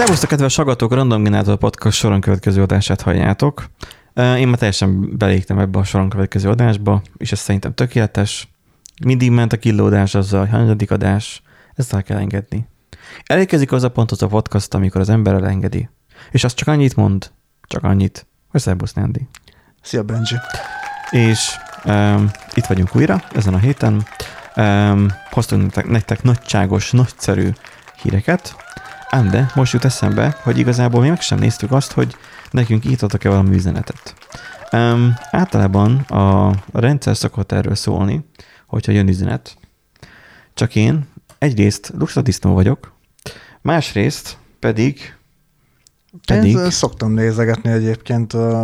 Szervusztok, kedves hallgatók, a Random Generator Podcast soron következő adását halljátok. Én már teljesen belégtem ebbe a soron következő adásba, és ez szerintem tökéletes. Mindig ment a killódás azzal, hogy hanyadik adás, ezt el kell engedni. Elérkezik az a ponthoz a podcast, amikor az ember elengedi. És azt csak annyit mond, hogy szervusz, Nandi. Szia, Benji. És itt vagyunk újra, ezen a héten. Hoztunk nektek nagyságos, nagyszerű híreket, ám de most jut eszembe, hogy igazából mi meg sem néztük azt, hogy nekünk írtatok-e valami üzenetet. Általában a rendszer szokott erről szólni, hogyha jön üzenet. Csak én egyrészt luxadisznó vagyok, másrészt pedig... Én szoktam nézegetni egyébként az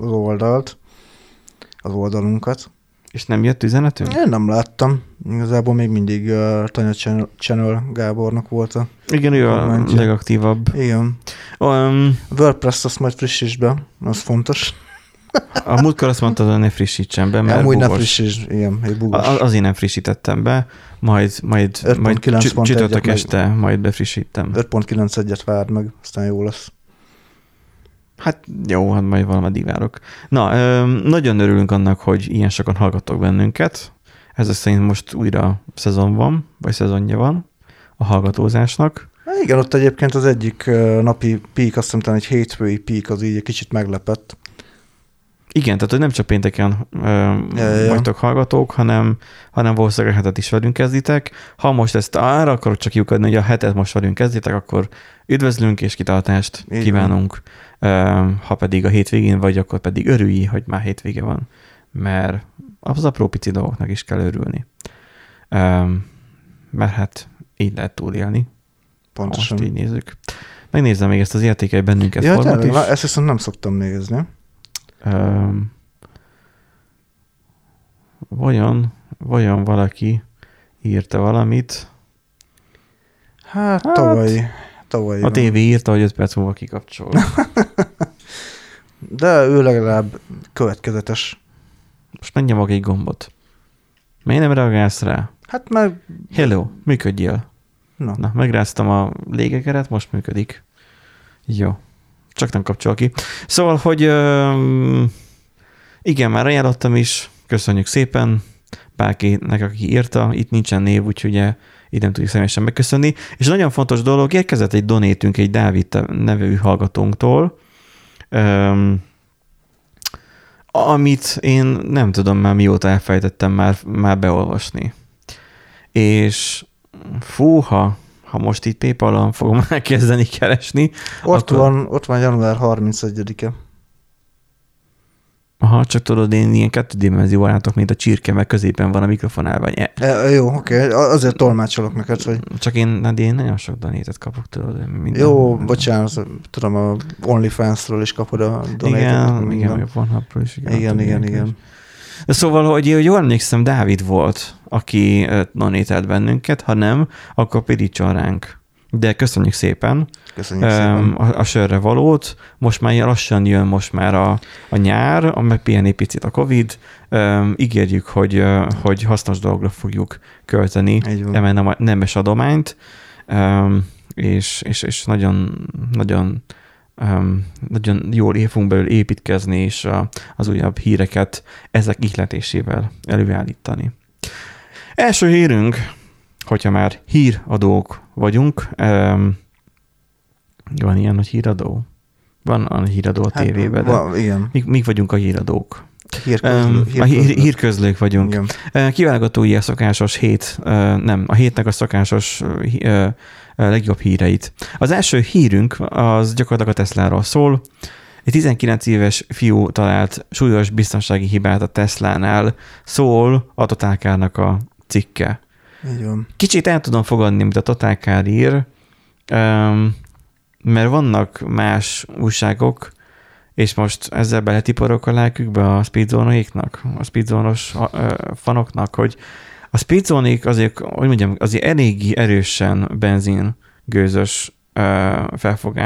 oldalunkat. És nem jött üzenetünk? Én nem láttam. Igazából még mindig Tanya Channel Gábornak volt a... Igen, ő a legaktívabb. Igen. WordPress-t azt majd frissíts be, az fontos. A múltkor azt mondtad, hogy ne frissítsen be, mert amúgy ne frissíts, igen, egy bugos. Azért nem frissítettem be, majd csütörtök este majd befrissítem. 5.9.1-et várd meg, aztán jó lesz. Hát jó, hát majd valameddig várok. Na, nagyon örülünk annak, hogy ilyen sokan hallgattok bennünket. Ez szerint most újra szezonja van a hallgatózásnak. Igen, ott egyébként az egyik napi peak, azt hiszem, egy hétfői peak, az így egy kicsit meglepett. Igen, tehát hogy nem csak pénteken vagytok hallgatók, hanem valószínűleg a hetet is velünk kezditek. Ha most ezt arra akarok csak lyukadni, hogy a hetet most velünk kezditek, akkor üdvözlünk és kitartást kívánunk. Ha pedig a hétvégén vagy, akkor pedig örülj, hogy már hétvége van, mert az apró pici dolgoknak is kell örülni. Mert hát így lehet túlélni. Pontosan. Most így nézzük. Megnézzem még ezt az értékelj bennünket formát is. Ezt viszont nem szoktam nézni. Vajon valaki írta valamit? Hát tavaly. A tévé írta, hogy 5 perc múlva kikapcsol. De ő legalább következetes. Most megnyomok egy gombot. Miért nem reagálsz rá? Hát már... Hello, működjél. Na, megráztam a légekeret, most működik. Jó. Csak nem kapcsol ki. Szóval, hogy igen, már ajánlottam is, köszönjük szépen bárkinek, aki írta, itt nincsen név, úgyhogy így nem tudjuk személyesen megköszönni. És nagyon fontos dolog, érkezett egy donétünk egy Dávid nevű hallgatónktól, amit én nem tudom már mióta elfelejtettem már beolvasni. És fúha, ha most itt PayPal-on fogom elkezdeni keresni. Ott van január 31-e. Aha, csak tudod, én ilyen 2D látok, mint a csirke, mert középen van a mikrofonálvány. Jó, oké. Azért tolmácsolok neked, hogy... Csak én nagyon sok donétet kapok, tudod. Jó, bocsánat, tudom, a OnlyFans-ról is kapod a donétet. Igen, a Pornhubról is. Igen. De szóval, hogy jól emlékszem, Dávid volt, aki donételt bennünket, ha nem, akkor pirítson ránk. De köszönjük szépen. A sörre valót. Most már lassan jön most már a nyár, megpihenni picit a Covid. Ígérjük, hogy hasznos dologra fogjuk költeni nemes adományt, és nagyon jól fogunk belül építkezni, és az újabb híreket ezek ihletésével előállítani. Első hírünk, hogyha már híradók vagyunk, van ilyen, hogy híradó? Van a híradó a tévében, de igen. Mik vagyunk a híradók? Hírközlők vagyunk. Igen. Kiválogatói a szokásos a hétnek a szokásos legjobb híreit. Az első hírünk az gyakorlatilag a Tesláról szól. Egy 19 éves fiú talált súlyos biztonsági hibát a Teslánál, szól a Totálkárnak a cikke. Igen. Kicsit el tudom fogadni, amit a Totálkár ír, mert vannak más újságok, és most ezzel beletiporok a lelkükbe a speedzónoiknak, a speedzónos fanoknak, hogy a speedzónik azért, hogy mondjam, azért eléggé erősen benzingőzös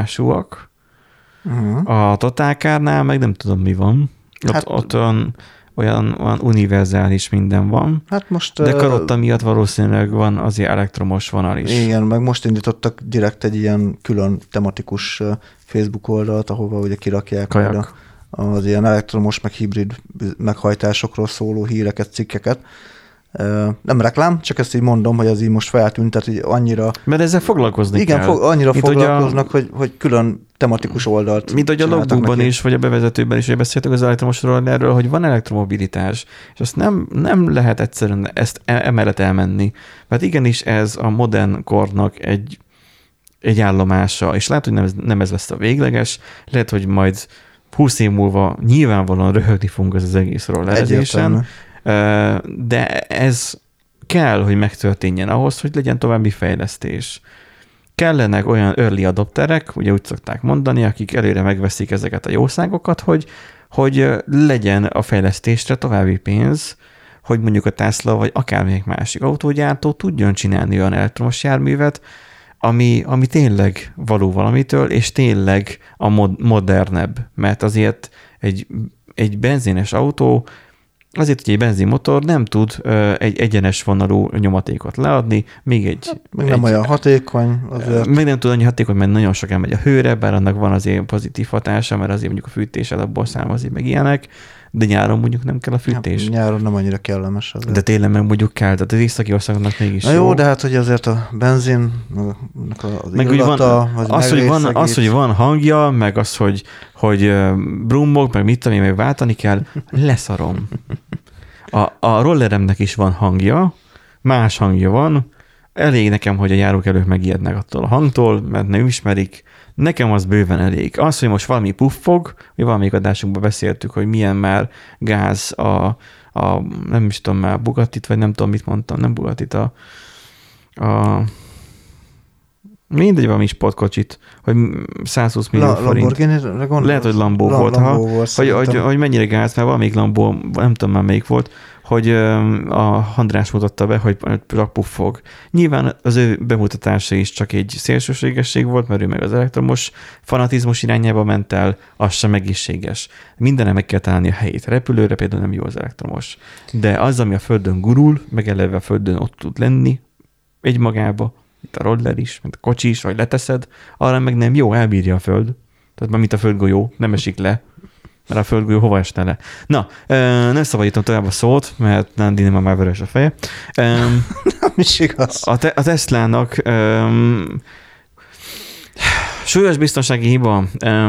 felfogásúak. Uh-huh. A Totálkárnál meg nem tudom, mi van. Ott olyan univerzális minden van. Hát most... De karotta miatt valószínűleg van azért elektromos vonal is. Igen, meg most indítottak direkt egy ilyen külön tematikus Facebook oldalt, ahova ugye kirakják az ilyen elektromos, meg hibrid meghajtásokról szóló híreket, cikkeket. Nem reklám, csak ezt így mondom, hogy ez így most feltűnt, tehát így annyira... Mert ezzel foglalkozni kell. Igen, annyira foglalkoznak, hogy külön tematikus oldalt mint hogy a logbookban is, vagy a bevezetőben is, hogy beszéltünk az elektromosról erről, hogy van elektromobilitás, és azt nem lehet egyszerűen ezt emellett elmenni. Mert igenis ez a modern kornak egy állomása, és lehet, hogy nem ez lesz a végleges, lehet, hogy majd 20 év múlva nyilvánvalóan röhögni fogunk az egész rollerezésen, de ez kell, hogy megtörténjen ahhoz, hogy legyen további fejlesztés. Kellenek olyan early adopterek, ugye úgy szokták mondani, akik előre megveszik ezeket a jószágokat, hogy legyen a fejlesztésre további pénz, hogy mondjuk a Tesla vagy akármelyik másik autógyártó tudjon csinálni olyan elektromos járművet, ami tényleg való valamitől, és tényleg a modernebb, mert azért egy benzines autó, azért, hogy egy benzinmotor nem tud egy egyenes vonalú nyomatékot leadni, még nem olyan hatékony. Azért. Még nem tud annyi hatékony, mert nagyon sokan megy a hőre, bár annak van azért pozitív hatása, mert azért mondjuk a fűtés alapból származik, meg ilyenek, de nyáron mondjuk nem kell a fűtés. Nyáron nem annyira kellemes. Azért. De tényleg meg mondjuk kell, tehát az északi országoknak mégis jó. De hát, hogy azért a benzin, az meg illata, hogy van hangja, meg az, hogy brummog, meg mit tudom én, meg váltani kell, leszarom. A rolleremnek is van hangja, más hangja van, elég nekem, hogy a járókelők megijednek attól a hangtól, mert nem ismerik, nekem az bőven elég. Az, hogy most valami puffog, hogy valamelyik adásunkban beszéltük, hogy milyen már gáz a nem is tudom már Bugattit, vagy nem tudom, mit mondtam, nem Bugattit, mindegy valami sportkocsit, hogy 120 millió forint. Lehet, hogy Lambo volt. Hogy mennyire gáz, mert valamelyik Lambo, nem tudom már melyik volt, hogy a András mutatta be, hogy puffog. Nyilván az ő bemutatása is csak egy szélsőségesség volt, mert ő meg az elektromos fanatizmus irányába ment el, az sem egészséges. Mindenre meg kell találni a helyét. Repülőre például nem jó az elektromos. De az, ami a földön gurul, meg eleve a földön ott tud lenni, egy magába, mint a roller is, mint a kocsi is, vagy leteszed, arra meg nem jó, elbírja a föld. Tehát már mint a földgolyó, nem esik le, mert a földgolyó hova esne le. Na, nem szabadítom tovább a szót, mert Nandi nem már vörös a feje. Nem is igaz. A Teslának súlyos biztonsági hiba.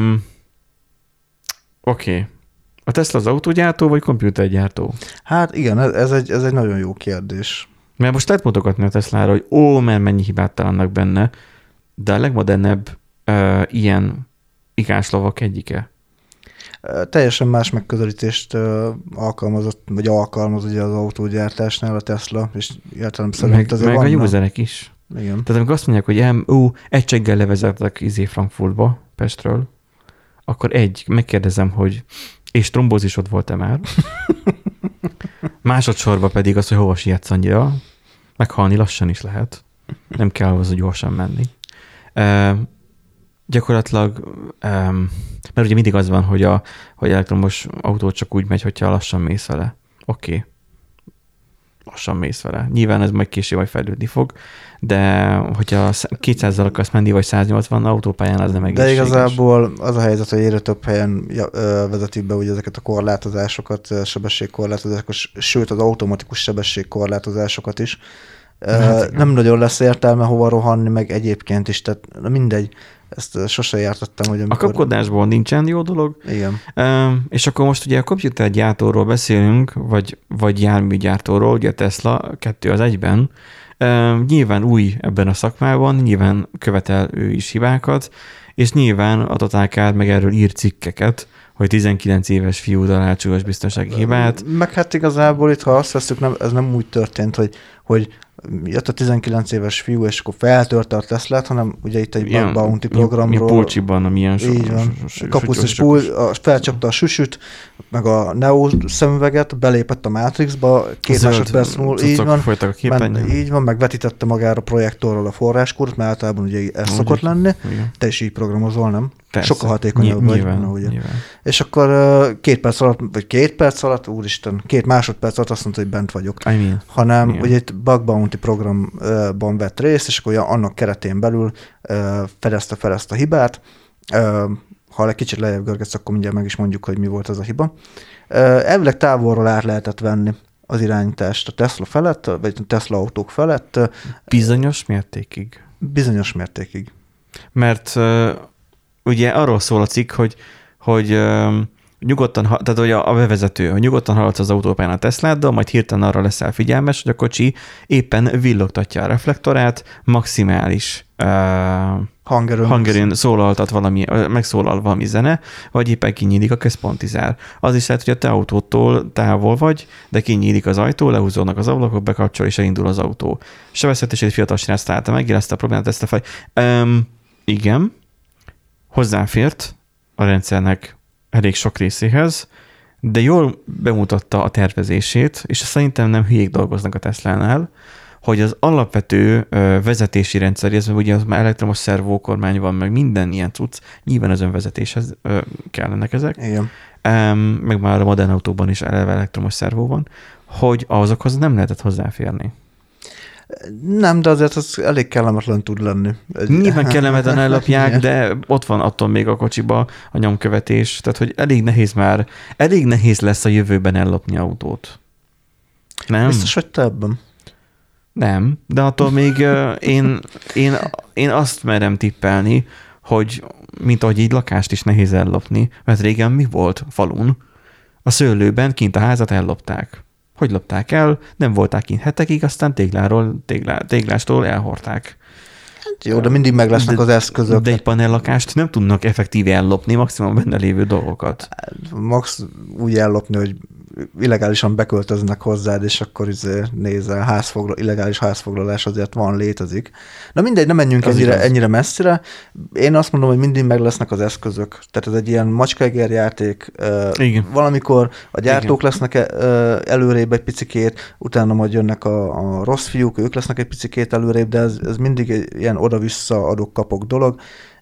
Oké. A Tesla az autógyártó, vagy komputergyártó? Hát igen, ez egy nagyon jó kérdés. Mert most lehet mutogatni a Teslára, hogy mert mennyi hibát találnak benne, de a legmodernebb ilyen ikáslovak egyike. Teljesen más megközelítést alkalmaz ugye az autógyártásnál a Tesla, és értelemszerűen azért meg vannak. a userek is. Igen. Tehát amikor azt mondják, hogy egységgel levezettek Frankfurtba, Pestről, akkor megkérdezem, hogy és trombózisod volt-e már? Másodszorban pedig az, hogy hova sietsz annyira, meghalni lassan is lehet. Nem kell ahhoz, hogy gyorsan menni. Gyakorlatilag, mert ugye mindig az van, hogy elektromos autó csak úgy megy, hogyha lassan mész vele. Oké. Lassan mész vele. Nyilván ez majd később majd fejlődni fog, de hogyha 200-zal akarsz menni, vagy 180 autópályán, az nem egészséges. De igazából az a helyzet, hogy egyre több helyen vezetik be ugye ezeket a korlátozásokat, sebességkorlátozásokat, sőt az automatikus sebességkorlátozásokat is. Nem nagyon lesz értelme hova rohanni, meg egyébként is, tehát mindegy. Ezt sose értettem, hogy amikor... A kapkodásból nincsen jó dolog. Igen. És akkor most ugye a komputergyártóról beszélünk, vagy járműgyártóról, ugye Tesla, 2 az egyben. Nyilván új ebben a szakmában, nyilván követel ő is hibákat, és nyilván a Totalkár meg erről ír cikkeket, hogy 19 éves fiú talált súlyos biztonsági hibát. Meg hát igazából itt, ha azt veszük, ez nem úgy történt, hogy jött a 19 éves fiú, és akkor feltörte a Teslát, hanem ugye itt egy bug bounty programról. Pulcsiban, amilyen így van. Kapusz és felcsapta a süsüt, meg a Neo szemüveget, belépett a Matrixba, 2 másodperc múlva, így van, meg vetítette magára projektorral a forráskódot, mert általában ugye ez szokott lenni. Igen. Te is így programozol, nem? Sokkal hatékonyabb vagy. Nyilván. És akkor 2 perc alatt, úristen, 2 másodperc alatt azt mondta, hogy bent vagyok. Hanem ugye itt Bug Bounty programban vett részt, és akkor annak keretén belül fedezte fel ezt a hibát. Ha egy kicsit lejjebb görgetsz, akkor mindjárt meg is mondjuk, hogy mi volt az a hiba. Elvileg távolról át lehetett venni az irányítást a Tesla felett, vagy a Tesla autók felett. Bizonyos mértékig. Bizonyos mértékig. Mert ugye arról szól a cikk, hogy nyugodtan, tehát hogy a bevezető, hogy nyugodtan haladsz az autópályán a Tesláddal, majd hirtelen arra leszel figyelmes, hogy a kocsi éppen villogtatja a reflektorát, maximális hangerőn szólaltat megszólal valami zene, vagy éppen kinyílik a központi zár. Az is lehet, hogy a te autótól távol vagy, de kinyílik az ajtó, lehúzódnak az ablakok, bekapcsol és elindul az autó. Sebezhetős egy fiatal srác találta meg, érezte a problémát, ezt a fej. Igen, hozzáfért a rendszernek elég sok részéhez, de jól bemutatta a tervezését, és szerintem nem hülyék dolgoznak a Teslánál, hogy az alapvető vezetési rendszer, ez ugye az már elektromos szervókormány van, meg minden ilyen cucc, nyilván az önvezetéshez kellenek ezek. Igen. Meg már a modern autóban is eleve elektromos szervó van, hogy azokhoz nem lehetett hozzáférni. Nem, de azért az elég kellemetlen tud lenni. Nyilván kellemetlen ellopják, de ott van attól még a kocsiba a nyomkövetés, tehát hogy elég nehéz lesz a jövőben ellopni autót. Nem? Biztos, hogy te ebben? Nem, de attól még én azt merem tippelni, hogy mint ahogy így lakást is nehéz ellopni, mert régen mi volt falun? A szőlőben kint a házat ellopták. Hogy lopták el? Nem volták kint hetekig, aztán téglástól elhordták. Jó, de mindig meg lesznek az eszközök. De egy panellakást nem tudnak effektíve ellopni, maximum benne lévő dolgokat. Max úgy ellopni, hogy illegálisan beköltöznek hozzád, és akkor nézel, illegális házfoglalás azért létezik. Na mindegy, nem menjünk ennyire messzire. Én azt mondom, hogy mindig meg lesznek az eszközök. Tehát ez egy ilyen macskaegérjáték. Valamikor a gyártók lesznek előrébb egy picikét, utána majd jönnek a rossz fiúk, ők lesznek egy picikét előrébb, de ez mindig egy ilyen oda-vissza adok-kapok dolog.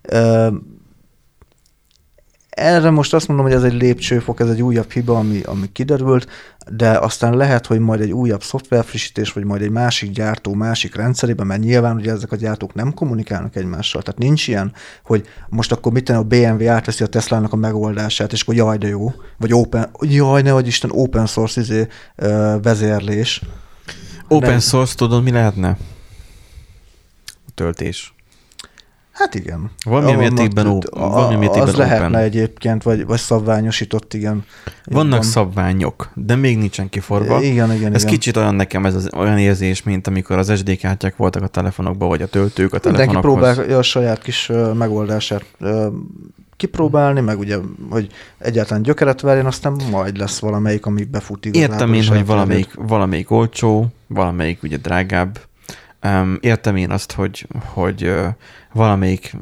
Erre most azt mondom, hogy ez egy lépcsőfok, ez egy újabb hiba, ami kiderült, de aztán lehet, hogy majd egy újabb szoftverfrissítés, vagy majd egy másik gyártó másik rendszerében, mert nyilván ugye ezek a gyártók nem kommunikálnak egymással. Tehát nincs ilyen, hogy most akkor mit tenni, a BMW átveszi a Teslának a megoldását, és akkor jaj, de jó, vagy open source vezérlés. Open source, tudod, mi lehetne? A töltés. Hát igen. Valamilyen mértékben az lehetne egyébként, vagy szabványosított, igen. Vannak szabványok, de még nincsen kiforva. Igen. Ez kicsit olyan nekem, olyan érzés, mint amikor az SD kártyák voltak a telefonokban, vagy a töltők a telefonokhoz. Mindenki próbálja a saját kis megoldását kipróbálni, meg ugye, hogy egyáltalán gyökeret verjen, aztán majd lesz valamelyik, ami befut igazából. Értem én, hogy valamelyik olcsó, valamelyik ugye drágább. Értem én azt, hogy valamelyik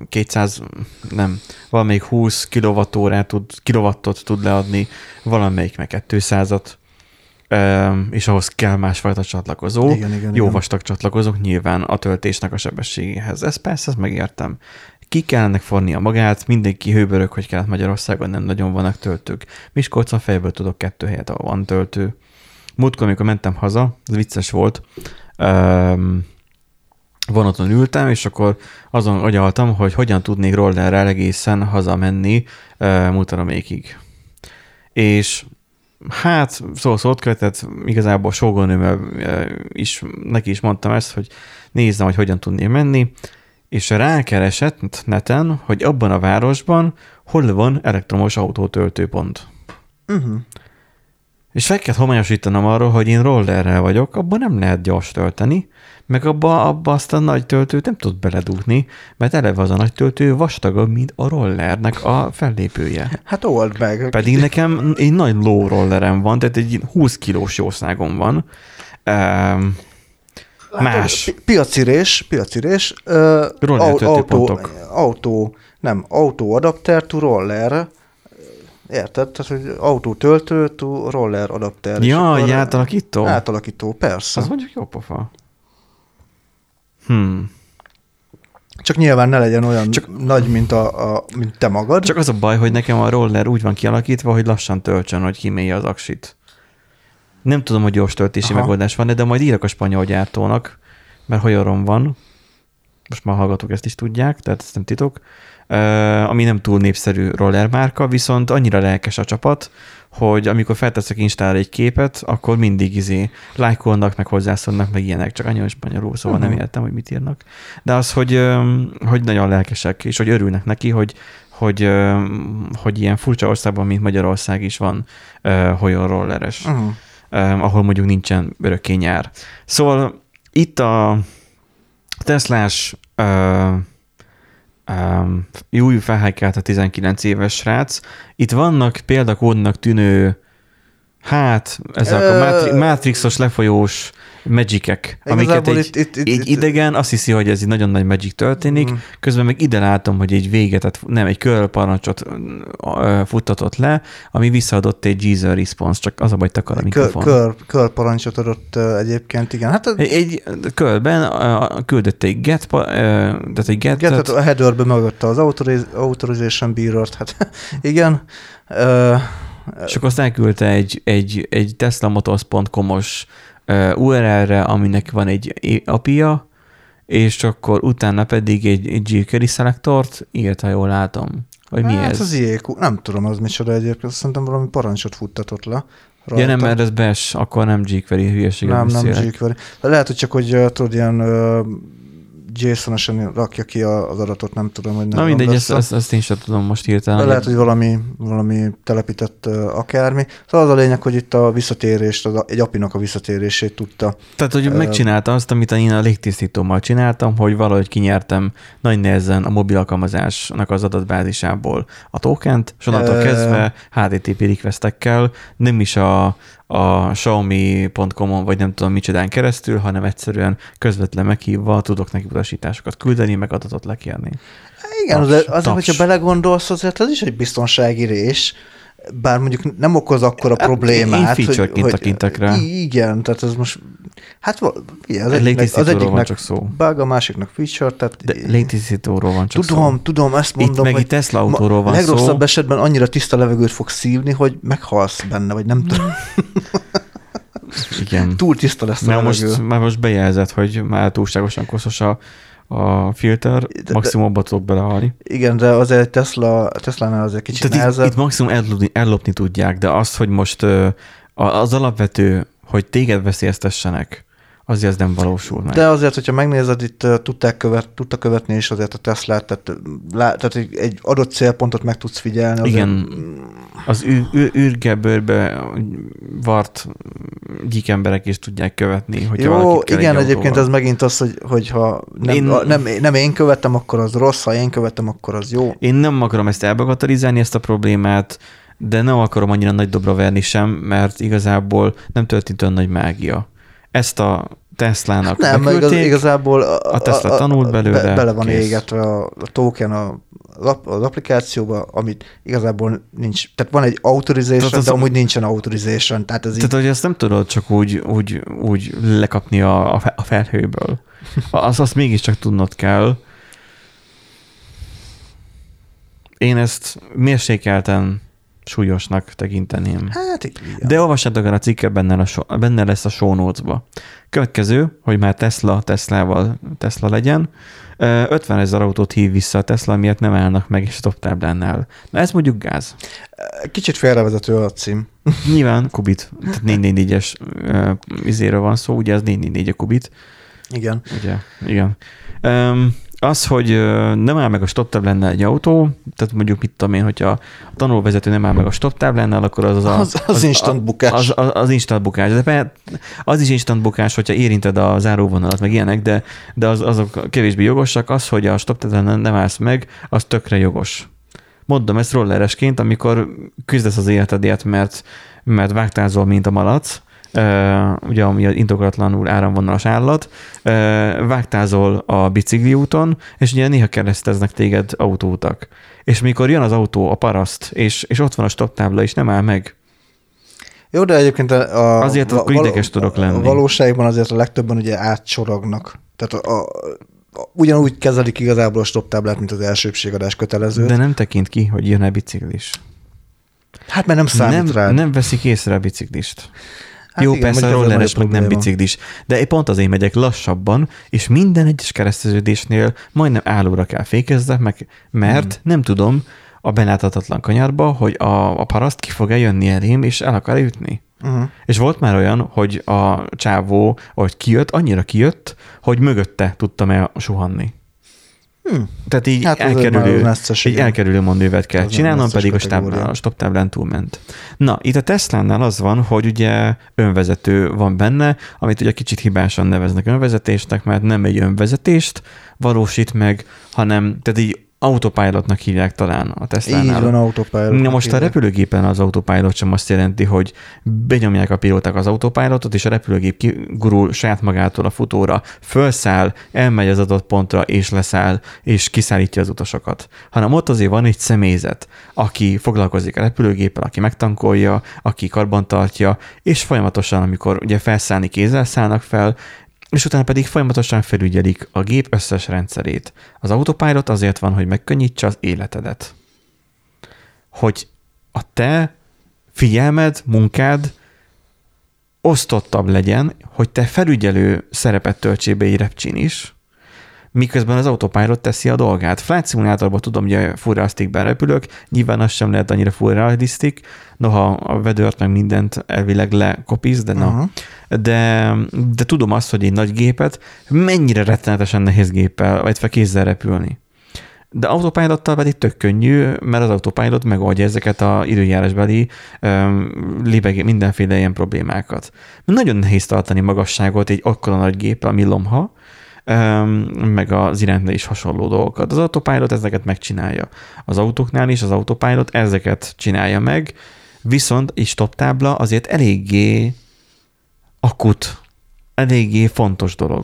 20 kilowattot tud leadni, valamelyik meg 200-at, és ahhoz kell másfajta csatlakozó. Igen. Vastag csatlakozók nyilván a töltésnek a sebességéhez. Ez persze, ezt megértem. Ki kellene fornia magát, mindenki hőbörög, hogy kellett Magyarországon, nem nagyon vannak töltők. Miskolcon fejből tudok 2 helyet, ahol van töltő. Múltkor, amikor mentem haza, ez vicces volt, vonaton ültem, és akkor azon agyaltam, hogy hogyan tudnék rollerrel egészen hazamenni Mutaramékig. És hát szót követett, igazából sógornőmmel is neki is mondtam ezt, hogy nézzem, hogy hogyan tudnék menni, és rákeresett neten, hogy abban a városban hol van elektromos autótöltőpont. És fel kell homályosítanom arról, hogy én rollerrel vagyok, abban nem lehet gyors tölteni, meg abba azt a nagy töltőt nem tud beledugni, mert eleve az a nagy töltő vastagabb, mint a rollernek a fellépője. Hát old meg. Pedig nekem egy nagy low rollerem van, tehát egy 20 kilós jószágom van. Más. Piacirés. Roller töltőpontok. Autóadapter to roller. Érted? Tehát, hogy autótöltő to roller adapter. Ja, egy átalakító? Átalakító, persze. Az mondjuk jó pofa. Csak nyilván ne legyen olyan nagy, mint te magad. Csak az a baj, hogy nekem a roller úgy van kialakítva, hogy lassan töltsön, hogy kimélje az aksit. Nem tudom, hogy gyors töltési megoldás van, de majd írok a spanyol gyártónak, mert Hoyoron van. Most már hallgatók ezt is tudják, tehát ez nem titok. Ami nem túl népszerű roller márka, viszont annyira lelkes a csapat, hogy amikor felteszek Instára egy képet, akkor mindig lájkolnak, meg hozzászólnak, meg ilyenek, csak annyira spanyolul, szóval nem értem, hogy mit írnak. De az, hogy nagyon lelkesek, és hogy örülnek neki, hogy ilyen furcsa országban, mint Magyarország is van Hoyon rolleres, ahol mondjuk nincsen örökké nyár. Szóval itt a Teslás új felhájkált a 19 éves srác. Itt vannak példakódnak tűnő, ezek a Matrixos lefolyós magicek, amiket egy idegen azt hiszi, hogy ez egy nagyon nagy magic történik, közben meg ide látom, hogy egy véget, tehát nem, egy curl parancsot futtatott le, ami visszaadott egy Geyser response, csak az a baj, takar a mikrofon. Curl parancsot adott egyébként, igen. Hát egy curlben küldött egy get, tehát egy get-et. A headerbe mögötte az authorization bírort, hát igen. És akkor azt elküldte egy teslamotors.com-os URL-re, aminek van egy API-ja, és akkor utána pedig egy jQuery szelektort írt, ha jól látom. Vagy mi ez? Az IEQ, nem tudom, az micsoda egyébként, szerintem valami parancsot futtatott le. Rajta. Ja nem, mert ez bash, akkor nem jQuery hülyeséget Nem jQuery. De lehet, hogy csak, hogy tudod, ilyen JSON-osan rakja ki az adatot, nem tudom, hogy nem. Na mindegy, ezt én sem tudom most hirtelen. Lehet, hogy valami telepített akármi. Szóval az a lényeg, hogy itt a visszatérést, egy API-nak a visszatérését tudta. Tehát, hogy megcsinálta azt, amit én a légtisztítómmal csináltam, hogy valahogy kinyertem nagy nehezen a mobil alkalmazásnak az adatbázisából a tokent, és onnantól kezdve HTTP requestekkel nem is a Xiaomi.com-on, vagy nem tudom micsodán keresztül, hanem egyszerűen közvetlen meghívva tudok neki utasításokat küldeni, meg adatot lekérni. Igen, azért, hogyha belegondolsz, azért ez is egy biztonsági rés, bár mondjuk nem okoz akkora problémát. Egy feature kintekintekre. Igen, tehát ez most, hát az egyiknek van csak szó. Bug, a másiknak feature, tehát... De légtisztítóról van csak szó. Tudom, ezt mondom, itt meg Tesla autóról van szó. Legrosszabb esetben annyira tiszta levegőt fog szívni, hogy meghalsz benne, vagy nem tudom. Igen. Túl tiszta lesz a levegő. Már most bejelzett, hogy már túlságosan koszos a filter, maximum abba tudok belehalni. Igen, de azért Tesla-nál azért kicsit nehezebb. Itt maximum ellopni tudják, de az, hogy most az alapvető, hogy téged veszélyeztessenek, azért ez nem valósul meg. De azért, hogyha megnézed, itt tudta követni is azért a Teslát, tehát egy adott célpontot meg tudsz figyelni. Igen, az űrgebőrbe vart geek emberek is tudják követni, hogyha valakit kell. Igen, egyébként ez megint az, hogyha nem én követtem, akkor az rossz, ha én követtem, akkor az jó. Én nem akarom ezt elbagatelizálni, ezt a problémát, de nem akarom annyira nagy dobra verni sem, mert igazából nem történt olyan nagy mágia. Ezt a Teslának beküldték, igazából a Tesla tanult belőle. Bele van égetve a token az applikációba, amit igazából nincs. Tehát van egy authorization, de amúgy nincsen authorization. Tehát hogy ezt nem tudod csak úgy lekapni a felhőből. Azt mégiscsak tudnod kell. Én ezt mérsékelten súlyosnak tekinteném. Hát igen. De olvassátok el a cikket, benne lesz a show notes-ba. Következő, hogy már Teslával Tesla legyen. 50 000 autót hív vissza a Tesla, miatt nem állnak meg és top táblánál. Na ez mondjuk gáz. Kicsit félrevezető a cím. Nyilván kubit. Tehát 444-es izéről van szó, ugye ez 444 a kubit. Igen. Ugye, igen. Az, hogy nem áll meg a stop táblánál egy autó, tehát mondjuk mit tudom én, hogyha a tanulvezető nem áll meg a stop táblánál, akkor az instant bukás. Az instant bukás. De az is instant bukás, hogyha érinted a záróvonalat, meg ilyenek, de azok kevésbé jogosak. Az, hogy a stop táblánál nem állsz meg, az tökre jogos. Mondom ezt rolleresként, amikor küzdesz az életedért, mert vágtázol, mint a malac, ugye ami indokolatlanul áramvonalas állat, vágtázol a bicikli úton, és ugye néha kereszteznek téged autóutak. És mikor jön az autó, a paraszt, és ott van a stop tábla, és nem áll meg. Jó, de egyébként azért akkor ideges tudok lenni. A valóságban azért a legtöbben ugye átcsorognak. Tehát ugyanúgy kezelik igazából a stop táblát, mint az elsőbségadás kötelező. De nem tekint ki, hogy jön-e biciklis. Hát mert nem számít rá. Nem veszik észre a biciklist. Hát jó, igen, persze a rolleres meg nem biciklis, de én pont azért megyek lassabban, és minden egyes kereszteződésnél majdnem állóra kell fékezzek, mert nem tudom a beláthatatlan kanyarba, hogy a paraszt ki fog jönni elém, és el akar ütni. És volt már olyan, hogy a csávó, ahogy kijött, annyira kijött, hogy mögötte tudtam elsuhanni. Tehát így, hát elkerülő manővert kell csinálnom, pedig a stop táblán túlment. Na, itt a Teslánál az van, hogy ugye önvezető van benne, amit ugye kicsit hibásan neveznek önvezetésnek, mert nem egy önvezetést valósít meg, hanem tehát így autopilotnak hívják talán a Teslánál. Így van, autopilot. Na most a repülőgépen az autopilot sem azt jelenti, hogy benyomják a pilóták az autopilotot, és a repülőgép kigurul saját magától a futóra, fölszáll, elmegy az adott pontra, és leszáll, és kiszállítja az utasokat. Hanem ott azért van egy személyzet, aki foglalkozik a repülőgéppel, aki megtankolja, aki karbantartja, és folyamatosan, amikor ugye felszállni kézzel szállnak fel, és utána pedig folyamatosan felügyelik a gép összes rendszerét. Az autopilot azért van, hogy megkönnyítse az életedet. Hogy a te figyelmed, munkád osztottabb legyen, hogy te felügyelő szerepet töltsél be egy repcsin is, miközben az autopilot teszi a dolgát. Flight Simulatorban tudom, hogy fullrealisztikben repülök, nyilván az sem lehet annyira fullrealisztik, noha a vedőrt meg mindent elvileg lekopiz, de tudom azt, hogy egy nagy gépet mennyire rettenetesen nehéz géppel, vagy kézzel repülni. De autopilottal pedig tök könnyű, mert az autopilot megoldja ezeket az időjárásbeli mindenféle ilyen problémákat. Nagyon nehéz tartani magasságot egy akkora nagy géppel, ami lomha, meg az irányra is hasonló dolgokat. Az autopilot ezeket megcsinálja. Az autóknál is az autopilot ezeket csinálja meg, viszont egy stop tábla azért eléggé akut, eléggé fontos dolog.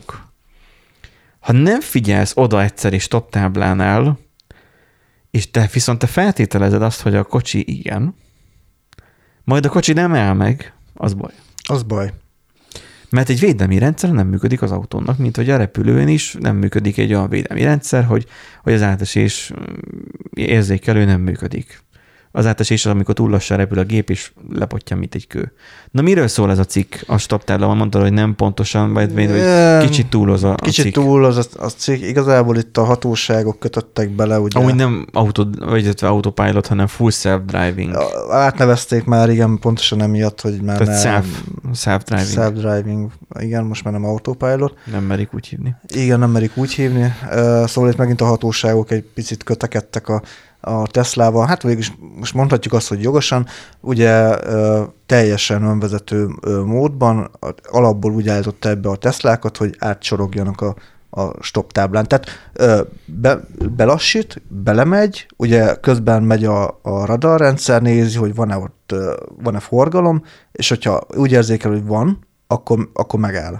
Ha nem figyelsz oda egyszer egy stop táblánál, és viszont te feltételezed azt, hogy a kocsi igen, majd a kocsi nem áll meg, az baj. Az baj. Mert egy védelmi rendszer nem működik az autónak, mint hogy a repülőn is nem működik egy olyan védelmi rendszer, hogy az átesés érzékelő nem működik. Az átesés az, amikor túl lassan repül a gép, és lepottya, mint egy kő. Na miről szól ez a cikk? A stop táblában mondtad, hogy nem pontosan, vagy kicsit túloz a cikk. Kicsit túloz a cikk. Igazából itt a hatóságok kötöttek bele. Ugye, amúgy nem autopilot, hanem full self-driving. Átnevezték már, igen, pontosan emiatt, hogy már tehát self-driving. Self-driving, igen, most már nem autopilot. Nem merik úgy hívni. Igen, nem merik úgy hívni. Szóval itt megint a hatóságok egy picit kötekedtek a Teslával, hát végülis most mondhatjuk azt, hogy jogosan, ugye teljesen önvezető módban alapból úgy állította ebbe a Teslákat, hogy átcsorogjanak a stop táblán. Tehát belassít, belemegy, ugye közben megy a radarrendszer, nézi, hogy van-e forgalom, és hogyha úgy érzékel, hogy van, akkor megáll.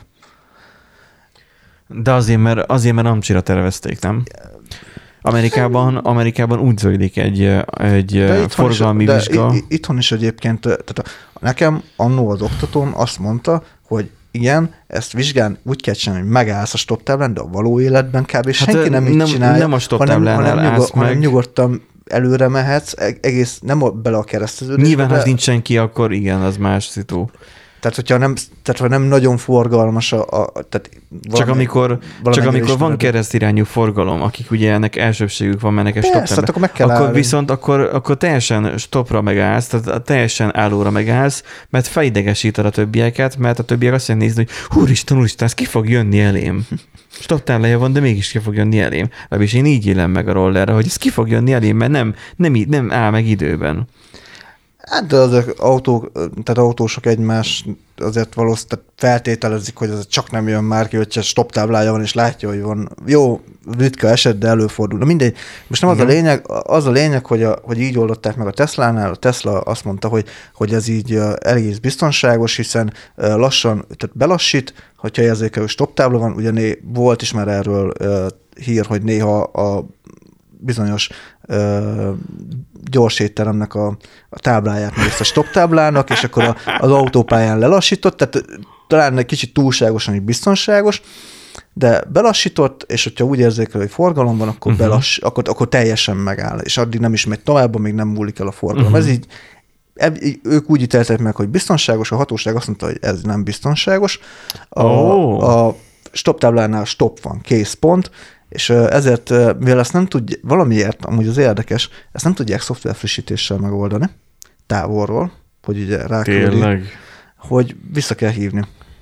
De azért, mert amcsira tervezték, nem? Amerikában úgy zajlik egy forgalmi vizsga. Itthon is egyébként, tehát nekem annó az oktatóm azt mondta, hogy igen, ezt vizsgálni úgy kell csinálni, hogy megállsz a stop táblán, de a való életben kb. Senki nem így csinálja, nem a stop táblánál állsz meg. Hanem nyugodtan előre mehetsz, egész nem bele a kereszteződésbe. Nyilván, ha nincs senki, akkor igen, az más szitu. Tehát, nem nagyon forgalmas tehát csak amikor van keresztirányú forgalom, akik ugye ennek elsőbségük van, mennek stop táblán, akkor teljesen stopra megállsz, tehát teljesen állóra megállsz, mert felidegesíted a többieket, mert a többiek azt mondják nézni, hogy úristen, ez ki fog jönni elém. Stop táblája van, de mégis ki fog jönni elém. Vagyis én így élem meg a rollerre, hogy ez ki fog jönni elém, mert nem áll meg időben. Hát de az autósok egymás azért valószínűleg feltételezik, hogy ez csak nem jön már ki, hogyha stop táblája van, és látja, hogy van. Jó, ritka eset, de előfordul. Na mindegy. Most nem az a lényeg, hogy így oldották meg a Teslánál. A Tesla azt mondta, hogy ez így egész biztonságos, hiszen lassan, tehát belassít, hogyha érzékelő stop tábla van. Ugye volt is már erről hír, hogy néha a bizonyos gyors étteremnek a tábláját nézte a stop táblának, és akkor az autópályán lelassított, tehát talán egy kicsit túlságosan is biztonságos, de belassított, és hogyha úgy érzékel, hogy forgalom van, akkor, akkor teljesen megáll, és addig nem is megy tovább, amíg nem múlik el a forgalom. Ez így, ők úgy ítéltek meg, hogy biztonságos, a hatóság azt mondta, hogy ez nem biztonságos. A stop táblánál stop van, készpont, és ezért, mivel ezt nem tudja, valamiért, amúgy az érdekes, ezt nem tudják szoftver frissítéssel megoldani, távolról, hogy ugye ráküldi, hogy vissza kell hívni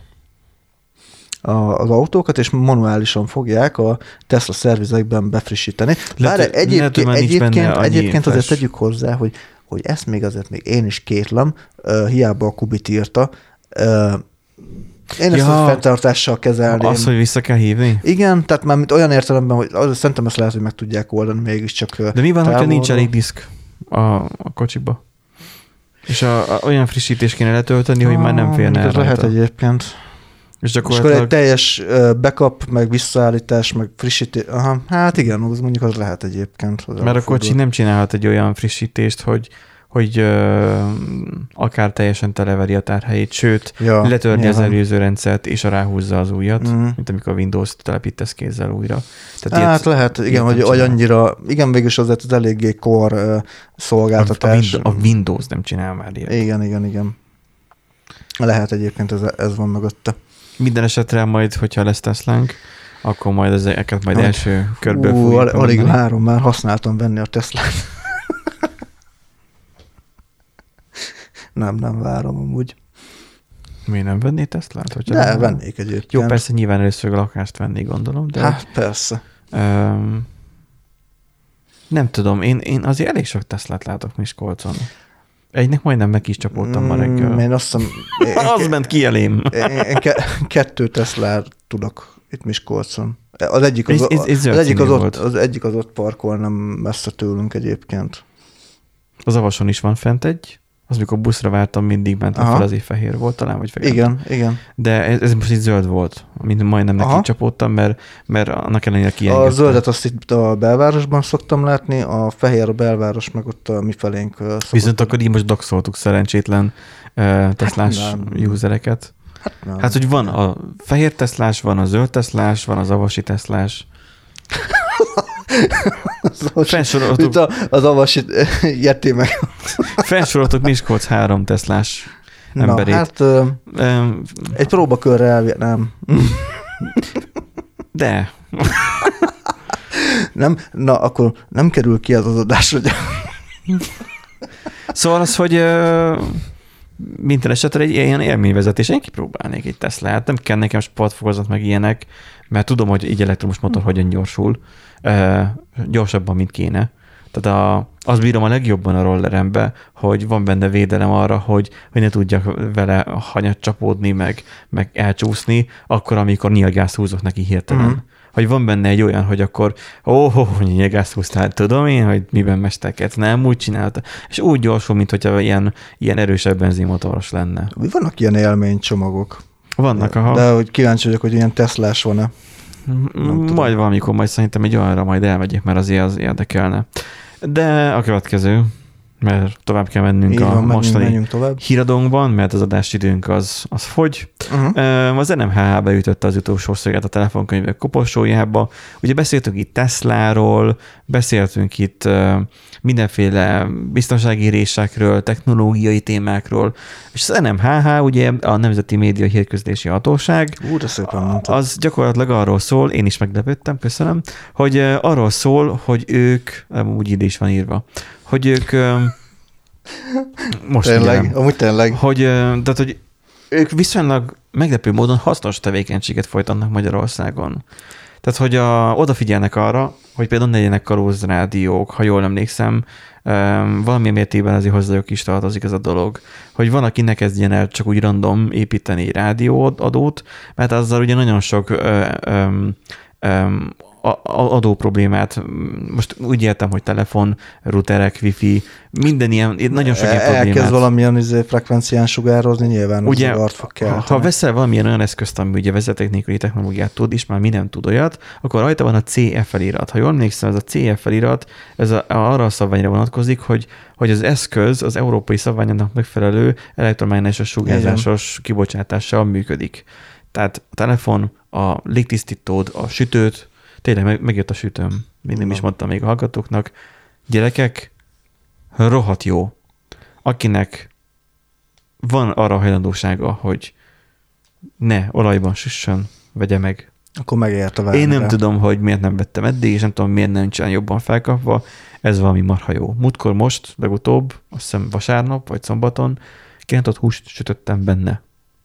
az autókat, és manuálisan fogják a Tesla szervizekben befrissíteni. Bár egyébként azért tegyük hozzá, hogy ezt még azért még én is kétlem, hiába a Kubit írta, én ezt a fenntartással kezelném. Az, hogy vissza kell hívni? Igen, tehát már mint olyan értelemben, hogy szerintem ezt lehet, hogy meg tudják oldani mégiscsak. De mi van, hogyha nincs elég diszk a kocsiba? És olyan frissítés kéne letölteni, hogy már nem férne el. Ez lehet egyébként. És akkor egy teljes backup, meg visszaállítás, meg frissítés. Aha, hát igen, az mondjuk az lehet egyébként. Mert a kocsi nem csinálhat egy olyan frissítést, hogy akár teljesen televeri a tárhelyét, sőt, letörni az előző rendszert, és ráhúzza az újat, mint amikor a Windows-t telepítesz kézzel újra. Tehát hát lehet, igen, hogy annyira, igen, végülis azért az eléggé core szolgáltatás. A Windows nem csinál már ilyet. Igen. Lehet egyébként, ez van mögötte. Minden esetre majd, hogyha lesz Teslánk, akkor majd ezeket majd első körből fogjuk. Alig várom, már használtam venni a Teslát. Nem várom amúgy. Miért nem vennél Teslát? De vennék egyébként. Jó, persze nyilván először a lakást venni, gondolom. De hát persze. Nem tudom, én azért elég sok Teslát látok Miskolcon. Egynek majdnem meg is csapódtam ma reggel. Én azt hiszem... Az ment ki elém. Én 2 Teslát tudok itt Miskolcon. Az egyik az ott parkol, nem messze tőlünk egyébként. Az Avason is van fent egy. Az, mikor buszra vártam, mindig mentem fel, azért fehér volt talán, vagy fehér. Igen. De ez most így zöld volt, mint majdnem neki csapódtam, mert annak ellenére kiengedtem. A zöldet azt itt a belvárosban szoktam látni, a fehér a belváros, meg ott a mi felénk szokott. Viszont akkor így most doxoltuk szerencsétlen Teslás usereket. Hát, hogy van a fehér Teslás, van a zöld Teslás, van az avasi Teslás. Felsoroltuk. Az avasi Yeti meg. Felsoroltuk Miskolc 3 Teslás emberét. Hát egy próbakörre nem. De. Nem? Na, akkor nem kerül ki az adás, hogy... Szóval az, hogy minden esetre egy ilyen élményvezetés, én kipróbálnék egy Teslát. Nem kell nekem sportfokozat meg ilyenek, mert tudom, hogy egy elektromos motor hogyan gyorsul. Gyorsabban, mint kéne. Tehát azt bírom a legjobban a rollerembe, hogy van benne védelem arra, hogy ne tudjak vele hanyat csapódni, meg elcsúszni, akkor, amikor nyílgázt húzok neki hirtelen. Hogy van benne egy olyan, hogy akkor nyílgázt húztál, tudom én, hogy miben mestekedsz, nem úgy csinálta. És úgy gyorsul, mint hogyha ilyen erősebb benzinmotoros lenne. Vannak ilyen élménycsomagok. Vannak, aha. De hogy kíváncsi vagyok, hogy ilyen Teslás van-e. Majd valamikor, majd szerintem egy olyanra majd elmegyek, mert azért az érdekelne. De a következő, mert tovább kell mennünk mostani híradónkban, mert az adásidőnk az fogy. Az NMHH beütötte az utolsó szöget a telefonkönyvek koporsójába. Ugye beszéltünk itt Tesláról, beszéltünk itt mindenféle biztonsági résekről, technológiai témákról, és az NMHH, ugye a Nemzeti Média Hírközlési Hatóság, az gyakorlatilag arról szól, én is meglepődtem, köszönöm, hogy arról szól, hogy ők, úgy ide is van írva, hogy ők most tényleg. Hogy ők viszonylag meglepő módon hasznos tevékenységet folytatnak Magyarországon. Tehát, hogy odafigyelnek arra, hogy például ne legyenek kalózrádiók, ha jól emlékszem, valamilyen mértékben azért hozzájuk is tartozik ez a dolog, hogy van, aki ne kezdjen el csak úgy random építeni egy rádióadót, mert azzal ugye nagyon sok adó problémát, most úgy értem, hogy telefon, routerek, wifi, minden ilyen, nagyon sok ilyen problémát. Elkezd valamilyen frekvencián sugározni, nyilván ugye, az zavart fog kelteni. Ha veszel valamilyen olyan eszközt, ami ugye vezeték nélküli technológiát tud, és már mi nem tud olyat, akkor rajta van a CF felirat. Ha jól emlékszem, ez a CF felirat, ez arra a szabványra vonatkozik, hogy az eszköz az európai szabványának megfelelő elektromágneses sugárzásos kibocsátással működik. Tehát a telefon, a légtisztítód, a sütőt, tényleg megjött a sütőm. Minden is mondtam még a hallgatóknak. Gyerekek, rohadt jó. Akinek van arra hajlandósága, hogy ne olajban süssön, vegye meg. Akkor megérte várni. Én nem tudom, hogy miért nem vettem eddig, és nem tudom, miért nem csinál jobban felkapva. Ez valami marha jó. Múltkor most, legutóbb, azt hiszem vasárnap, vagy szombaton, kirántott húst sütöttem benne.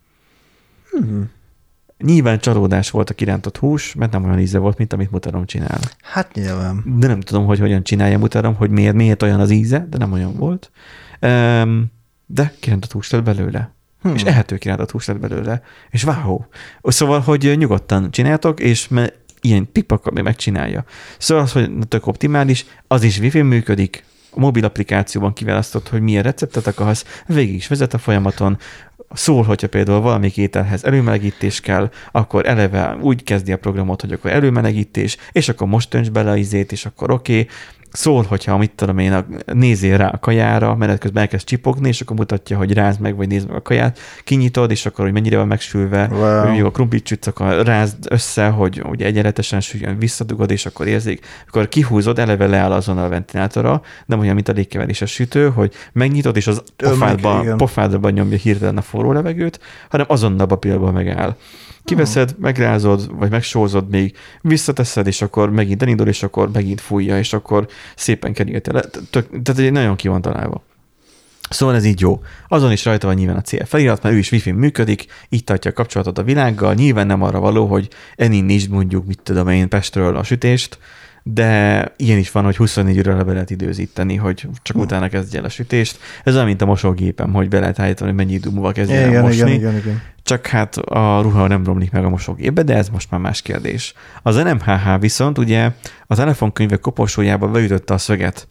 Nyilván csalódás volt a kirántott hús, mert nem olyan íze volt, mint amit Mutarom csinál. Hát nyilván. De nem tudom, hogy hogyan csinálja Mutarom, hogy miért olyan az íze, de nem olyan volt. De kirántott hús lett belőle. És ehető kirántott hús lett belőle. És wow! Szóval, hogy nyugodtan csináltok, és ilyen pipak megcsinálja. Szóval az, hogy tök optimális, az is Wi-Fi működik, a mobil applikációban kiválasztott, hogy milyen receptet akarsz, végig is vezet a folyamaton, szól, hogyha például valamelyik ételhez előmelegítés kell, akkor eleve úgy kezdi a programot, hogy akkor előmelegítés, és akkor most önts bele a izét, és akkor oké. Szól, hogyha mit tudom én, nézzél rá a kajára, menet közben elkezd csipogni, és akkor mutatja, hogy rázd meg, vagy nézd meg a kaját, kinyitod, és akkor, hogy mennyire van megsülve, wow. A krumplit sütsz, akkor rázd össze, hogy ugye egyenletesen süljön, visszadugod, és akkor érzik. Akkor kihúzod, eleve leáll azon a ventilátora, nem olyan, mint a légkeveréses sütő, hogy megnyitod, és az pofádba nyomja hirtelen a forró levegőt, hanem azonnal a pillanatban megáll. Kiveszed, megrázod, vagy megsózod még, visszateszed, és akkor megint elindul, és akkor megint fújja, és akkor szépen kerülget el. Tehát nagyon ki van találva. Szóval ez így jó. Azon is rajta van nyilván a CL felirat, mert ő is Wi-Fi működik, így tartja a kapcsolatot a világgal. Nyilván nem arra való, hogy elinnítsd mondjuk, mit tudom én, Pestről a sütést, de ilyen is van, hogy 24 óra be lehet időzíteni, hogy csak utána kezdje el a sütést. Ez olyan, mint a mosógépem, hogy be lehet állítani, hogy mennyi idő múlva kezdje el mosni. Igen. Csak hát a ruha nem romlik meg a mosógépbe, de ez most már más kérdés. Az NMHH viszont ugye a telefonkönyvek koporsójába beütötte a szöget.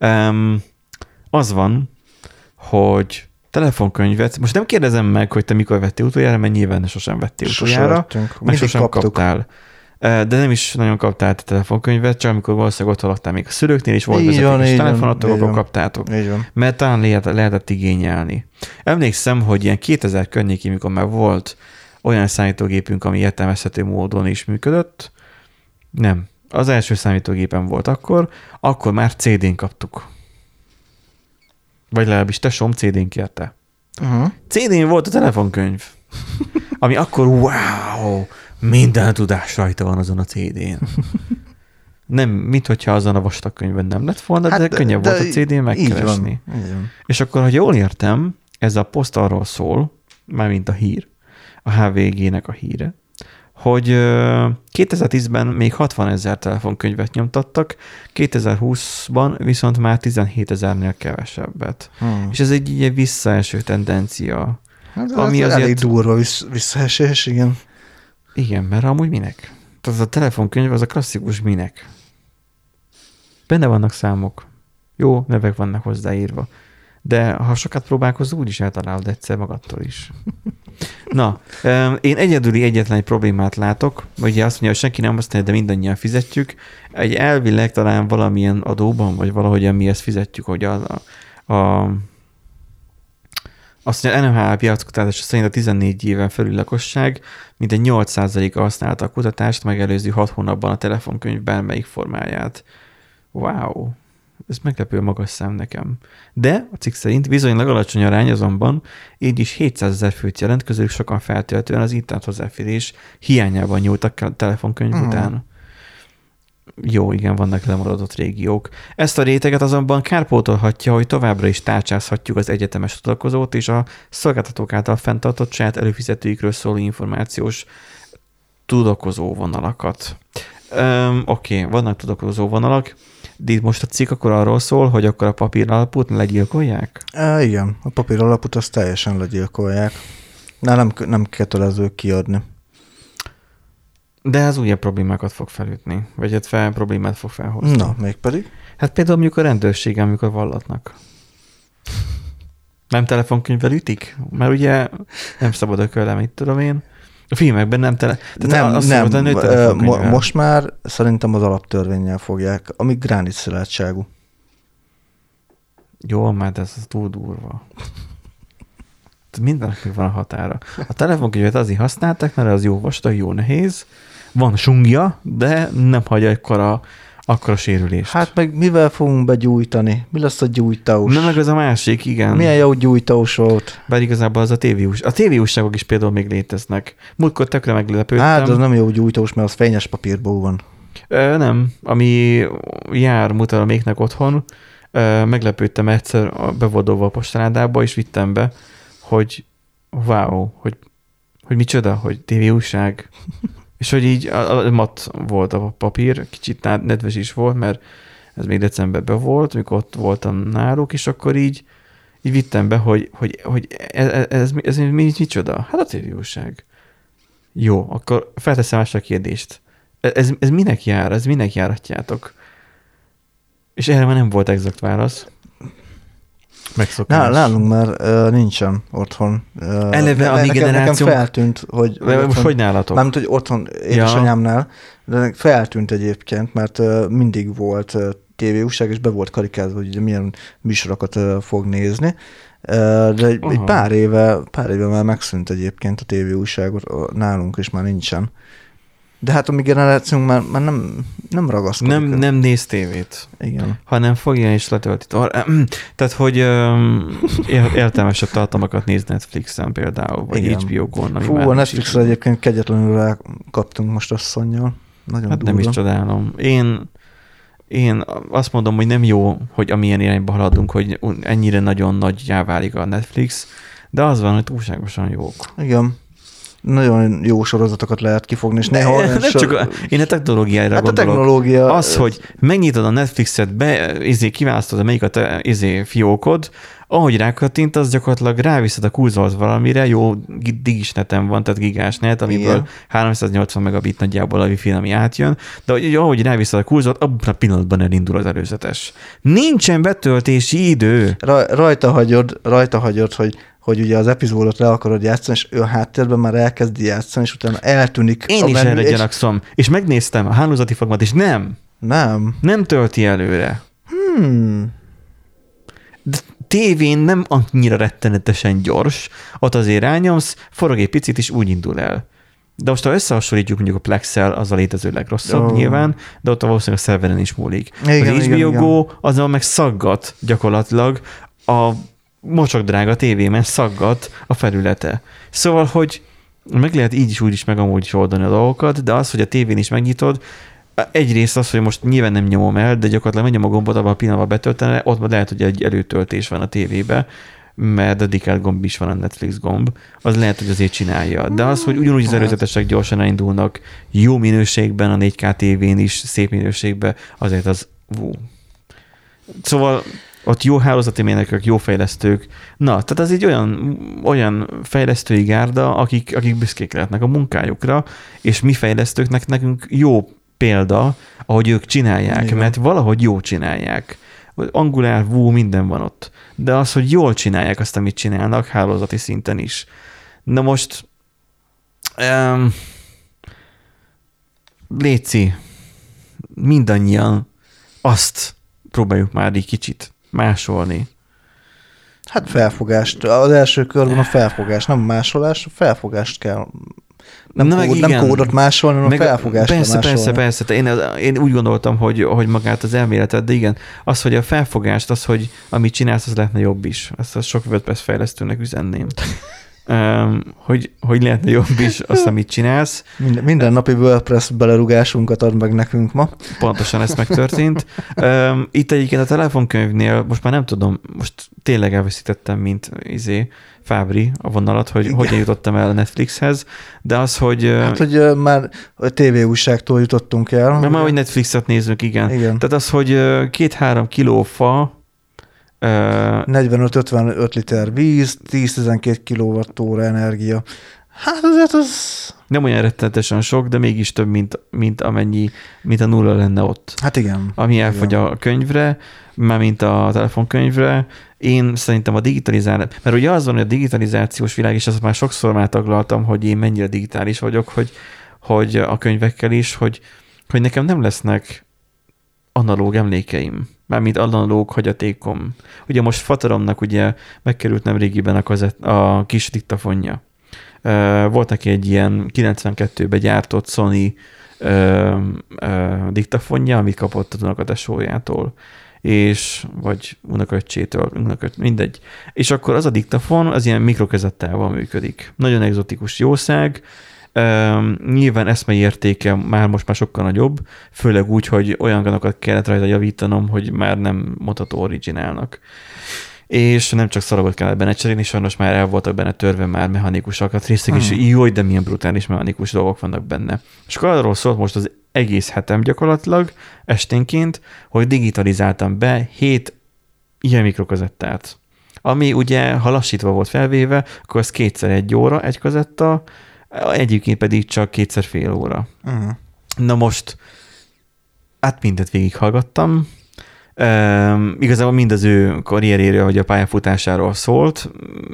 Az van, hogy telefonkönyvet, most nem kérdezem meg, hogy te mikor vettél utoljára, mert nyilván sosem vettél utoljára, meg sosem kaptál. De nem is nagyon kaptál a telefonkönyvet, csak amikor valószínűleg ott laktál még a szülőknél, és volt vezetékes telefonatok, akkor kaptátok. Mert talán lehetett igényelni. Emlékszem, hogy ilyen 2000 környékén, mikor már volt olyan számítógépünk, ami értelmezhető módon is működött. Nem. Az első számítógépen volt akkor már CD-n kaptuk. Vagy legalábbis tesóm CD-n kérte. CD-n volt a telefonkönyv. Ami akkor wow, minden tudás rajta van azon a CD-n. Nem, minthogyha azon a vastag könyvben nem lett volna, de könnyebb volt a CD-n megkeresni. Így van. És akkor, ha jól értem, ez a poszt arról szól, mármint a hír, a HVG-nek a híre, hogy 2010-ben még 60 000 telefonkönyvet nyomtattak, 2020-ban viszont már 17 000-nél kevesebbet. És ez egy ilyen visszaeső tendencia. Hát ami azért elég durva visszaesés, igen. Igen, mert amúgy minek? Tehát a telefonkönyv az a klasszikus minek. Benne vannak számok. Jó, nevek vannak hozzáírva. De ha sokat próbálkozol, úgyis eltalálod egyszer magadtól is. Na, én egyetlen problémát látok, ugye azt mondja, hogy senki nem használja, de mindannyian fizetjük. Egy elvileg talán valamilyen adóban, vagy valahogyan mi ezt fizetjük, hogy azt mondja, NMHH piackutatása szerint a 14 éven felül lakosság mintegy 8%-a használta a kutatást, megelőző 6 hónapban a telefonkönyv bármelyik formáját. Wow, ez meglepő magas szám nekem. De a cikk szerint viszonylag alacsony arány azonban így is 700 000 főt jelent, közülük sokan feltöltően az internet hozzáférés hiányában nyúltak a telefonkönyv után. Jó, igen, vannak lemaradott régiók. Ezt a réteget azonban kárpótolhatja, hogy továbbra is tárcsázhatjuk az egyetemes tudakozót és a szolgáltatók által fenntartott saját előfizetőikről szóló információs tudakozó vonalakat. Oké, vannak tudakozó vonalak, de itt most a cikk akkor arról szól, hogy akkor a papír alapút legyilkolják? Igen, a papír alapút azt teljesen legyilkolják. Nem kötelező kiadni. De ez újabb problémákat fog felütni, vagy hát problémát fog felhozni. Na, mégpedig? Hát például mondjuk a rendőrségen, amikor vallatnak. Nem telefonkönyvvel ütik? Mert ugye nem szabad ökölni, mit tudom én. A filmekben nem most már szerintem az alaptörvénnyel fogják, ami gránitszilárdságú. Jó, mert ez túl durva. mindennek meg van a határa. A telefonkönyvet azért használták, mert az jó vastag, jó nehéz, van sungja, de nem hagyja akkora sérülést. Hát meg mivel fogunk begyújtani? Mi lesz a gyújtós? Nem, meg az a másik, igen. Milyen jó gyújtós volt. Bár igazából az a tévéújságok is például még léteznek. Múltkor tökre meglepődtem. Hát az nem jó gyújtós, mert az fényes papírból van. Nem, ami jár mutalaméknek otthon, meglepődtem egyszer, be volt dobva a postaládába, és vittem be, hogy wow, hogy micsoda, hogy tévéújság. És hogy így mat volt a papír, kicsit nedves is volt, mert ez még decemberben volt, amikor ott voltam náluk, és akkor így vittem be, hogy ez micsoda? Hát a tévéújság. Jó, akkor felteszem azt a kérdést. Ez minek jár? Ez minek járatjátok? És erre már nem volt exakt válasz. Megszokás. Nálunk már nincsen otthon. Eleve a mi generáció... Nekem feltűnt, hogy... Most hogy nálatok? Mármint, hogy otthon édesanyámnál, de feltűnt egyébként, mert mindig volt tévéújság, és be volt karikázva, hogy milyen műsorokat fog nézni. De egy pár éve már megszűnt egyébként a tévéújságot, nálunk is már nincsen. De hát a mi generációnk már nem ragaszkodik. Nem néz tévét. Igen. Hanem fogja és letölti. Tehát, hogy értelmesebb tartalmakat néz Netflixen például, vagy igen. HBO-gon. Fú, a Netflixre egyébként kegyetlenül rákaptunk most asszonnyal. Nagyon hát durva. nem is csodálom. Én azt mondom, hogy nem jó, hogy amilyen irányba haladunk, hogy ennyire nagyon nagyjá válik a Netflix, de az van, hogy túlságosan jók. Igen. Nagyon jó sorozatokat lehet kifogni, és néha... Én a technológiára gondolok. A technológia... Az, hogy megnyitod a Netflixet, kiválasztod, melyik a te fiókod, ahogy rákattintasz, gyakorlatilag ráviszed a kurzort valamire, jó digis neten van, tehát gigás net, amiből igen. 380 megabit nagyjából a wifi, ami átjön, de ahogy ráviszed a kurzort, abban a pillanatban elindul az előzetes. Nincsen betöltési idő. Rajta hagyod, hogy ugye az epizódot le akarod játszani, és ő a háttérben már elkezdi játszani, és utána eltűnik. Én is erre gyanakszom, és megnéztem a hálózati fogamat, és nem tölti előre. De tévén nem annyira rettenetesen gyors, ott azért rányomsz, forog egy picit, és úgy indul el. De most ha összehasonlítjuk mondjuk a Plex-el, az a létező legrosszabb nyilván, de ott valószínűleg a szerveren is múlik. Igen, az HBO Go azon meg szaggat gyakorlatilag a mocsokdrága tévében szaggat a felülete. Szóval, hogy meg lehet így is, úgy is, meg amúgy is oldani a dolgokat, de az, hogy a tévén is megnyitod, egyrészt az, hogy most nyilván nem nyomom el, de gyakorlatilag megnyom a gombot, abban a pillanatban betöltene, ott lehet, hogy egy előtöltés van a tévébe, mert dedikált gomb is van, a Netflix gomb, az lehet, hogy azért csinálja. De az, hogy ugyanúgy az előzetesek gyorsan elindulnak, jó minőségben, a 4K tévén is, szép minőségben, azért az Szóval ott jó hálózati mérnökök, jó fejlesztők. Na, tehát az egy olyan fejlesztői gárda, akik büszkék lehetnek a munkájukra, és mi fejlesztőknek nekünk jó példa, ahogy ők csinálják, igen. Mert valahogy jól csinálják. Angular, Vue, minden van ott. De az, hogy jól csinálják azt, amit csinálnak, hálózati szinten is. Na most léci, mindannyian azt próbáljuk már egy kicsit másolni. Hát felfogást. Az első körben a felfogás, nem másolás, a felfogást kell. Nem kódot másolni, hanem a felfogást másolni. Persze. Én úgy gondoltam, hogy magát az elméletet, de igen, az, hogy a felfogást, az, hogy amit csinálsz, az lehetne jobb is. Ezt sok WordPress fejlesztőnek üzenném. Hogy lehetne jobb is azt, amit csinálsz. Minden napi WordPress belerúgásunkat ad meg nekünk ma. Pontosan ez megtörtént. Itt egyébként a telefonkönyvnél, most már nem tudom, most tényleg elveszítettem, mint Fábri a vonalat, hogy hogyan jutottam el a Netflixhez, de az, hogy... Hát, hogy már a tévéújságtól jutottunk el. Mert már, hogy Netflixet nézzük, igen. Tehát az, hogy 2-3 kiló fa, 45-55 liter víz, 10-12 kWh energia. Hát azért az... Nem olyan rettenetesen sok, de mégis több, mint a nulla lenne ott. Hát igen. Ami elfogy a könyvre, már mint a telefonkönyvre. Én szerintem a digitalizáció, mert ugye az van, hogy a digitalizációs világ, és azt már sokszor már taglaltam, hogy én mennyire digitális vagyok, hogy a könyvekkel is, hogy nekem nem lesznek analóg emlékeim. Mármint analóg hagyatékom. Ugye most Fataromnak ugye megkerült nemrégiben a kis diktafonja. Volt neki egy ilyen 92-ben gyártott Sony diktafonja, amit kapott az unokatesójától, és vagy unokaöccsétől, mindegy. És akkor az a diktafon az ilyen mikrokezettával működik. Nagyon egzotikus jószág, nyilván eszmei értéke már most már sokkal nagyobb, főleg úgy, hogy olyanokat kellett rajta javítanom, hogy már nem mondható originálnak. És nem csak szalagot kellett benne cserélni, sajnos már el voltak benne törve már mechanikusakat részek, és jó, de milyen brutális mechanikus dolgok vannak benne. És akkor arról szólt most az egész hetem gyakorlatilag, esténként, hogy digitalizáltam be 7 ilyen mikrokazettát. Ami ugye, ha lassítva volt felvéve, akkor az 2x1 óra egy kazetta, egyébként pedig csak 2x fél óra. Na most, hát mindet végighallgattam. Igazából mind az ő karrierjéről, vagy a pályafutásáról szólt,